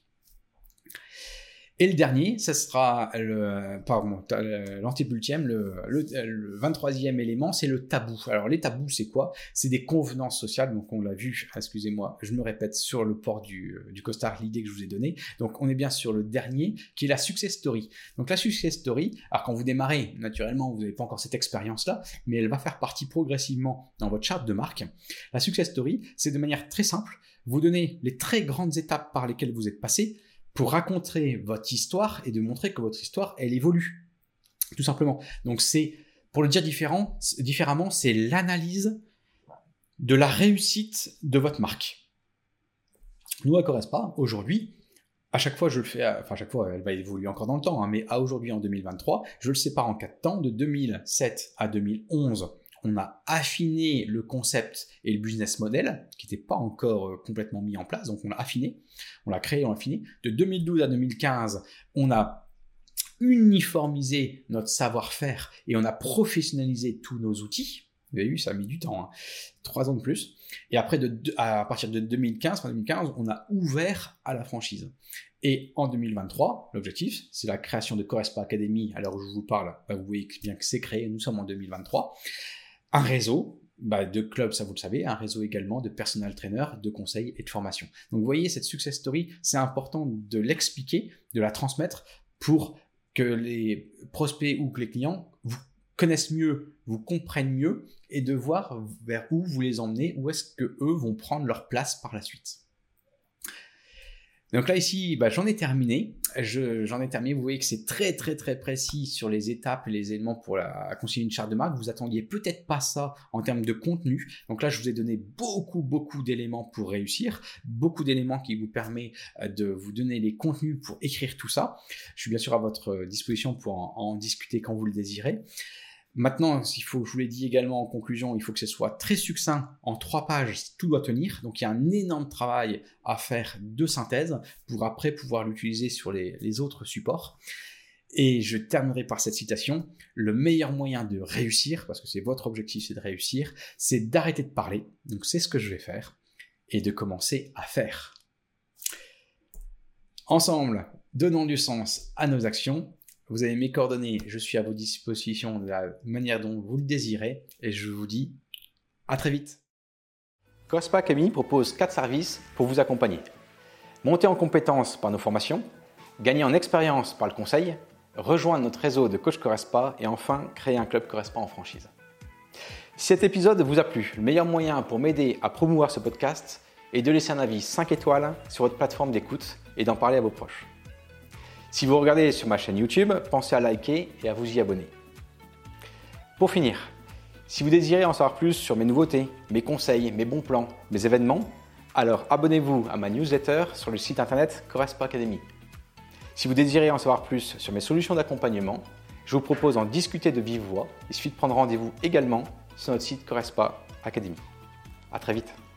Et le dernier, ça sera le, pardon, l'antépultième, le, le, le vingt-troisième élément, c'est le tabou. Alors les tabous, c'est quoi ? C'est des convenances sociales, donc on l'a vu, excusez-moi, je me répète sur le port du, du costard, l'idée que je vous ai donnée. Donc on est bien sur le dernier, qui est la success story. Donc la success story, alors quand vous démarrez, naturellement, vous n'avez pas encore cette expérience-là, mais elle va faire partie progressivement dans votre charte de marque. La success story, c'est de manière très simple, vous donnez les très grandes étapes par lesquelles vous êtes passé, pour raconter votre histoire et de montrer que votre histoire, elle évolue. Tout simplement. Donc c'est, pour le dire différent, différemment, c'est l'analyse de la réussite de votre marque. Nous, à Correspa, aujourd'hui, à chaque fois, je le fais, enfin, à chaque fois, elle va évoluer encore dans le temps, hein, mais à aujourd'hui, en deux mille vingt-trois, je le sépare en quatre temps, de deux mille sept à deux mille onze. On a affiné le concept et le business model, qui n'était pas encore complètement mis en place, donc on l'a affiné, on l'a créé, on l'a affiné. De deux mille douze à deux mille quinze, on a uniformisé notre savoir-faire et on a professionnalisé tous nos outils. Vous avez vu, ça a mis du temps, hein. Trois ans de plus. Et après, de, à partir de deux mille quinze, fin deux mille quinze, on a ouvert à la franchise. Et en deux mille vingt-trois, l'objectif, c'est la création de Correspa Academy. À l'heure où je vous parle, bah, vous voyez bien que c'est créé, nous sommes en deux mille vingt-trois. Un réseau bah, de clubs, ça vous le savez, un réseau également de personal trainers, de conseils et de formation. Donc vous voyez, cette success story, c'est important de l'expliquer, de la transmettre pour que les prospects ou que les clients vous connaissent mieux, vous comprennent mieux et de voir vers où vous les emmenez, où est-ce qu'eux vont prendre leur place par la suite. Donc là, ici, bah, j'en ai terminé. Je, j'en ai terminé. Vous voyez que c'est très, très, très précis sur les étapes et les éléments pour la, constituer une charte de marque. Vous attendiez peut-être pas ça en termes de contenu. Donc là, je vous ai donné beaucoup, beaucoup d'éléments pour réussir. Beaucoup d'éléments qui vous permettent de vous donner les contenus pour écrire tout ça. Je suis bien sûr à votre disposition pour en, en discuter quand vous le désirez. Maintenant, il faut, je vous l'ai dit également en conclusion, il faut que ce soit très succinct, en trois pages, tout doit tenir. Donc il y a un énorme travail à faire de synthèse pour après pouvoir l'utiliser sur les, les autres supports. Et je terminerai par cette citation. Le meilleur moyen de réussir, parce que c'est votre objectif, c'est de réussir, c'est d'arrêter de parler. Donc c'est ce que je vais faire. Et de commencer à faire. Ensemble, donnons du sens à nos actions. Vous avez mes coordonnées, je suis à vos dispositions de la manière dont vous le désirez. Et je vous dis à très vite. Corespa Academy propose quatre services pour vous accompagner. Monter en compétences par nos formations, gagner en expérience par le conseil, rejoindre notre réseau de coach Corespa et enfin créer un club Corespa en franchise. Si cet épisode vous a plu, le meilleur moyen pour m'aider à promouvoir ce podcast est de laisser un avis cinq étoiles sur votre plateforme d'écoute et d'en parler à vos proches. Si vous regardez sur ma chaîne YouTube, pensez à liker et à vous y abonner. Pour finir, si vous désirez en savoir plus sur mes nouveautés, mes conseils, mes bons plans, mes événements, alors abonnez-vous à ma newsletter sur le site internet Corespa Academy. Si vous désirez en savoir plus sur mes solutions d'accompagnement, je vous propose d'en discuter de vive voix. Il suffit de prendre rendez-vous également sur notre site Corespa Academy. À très vite.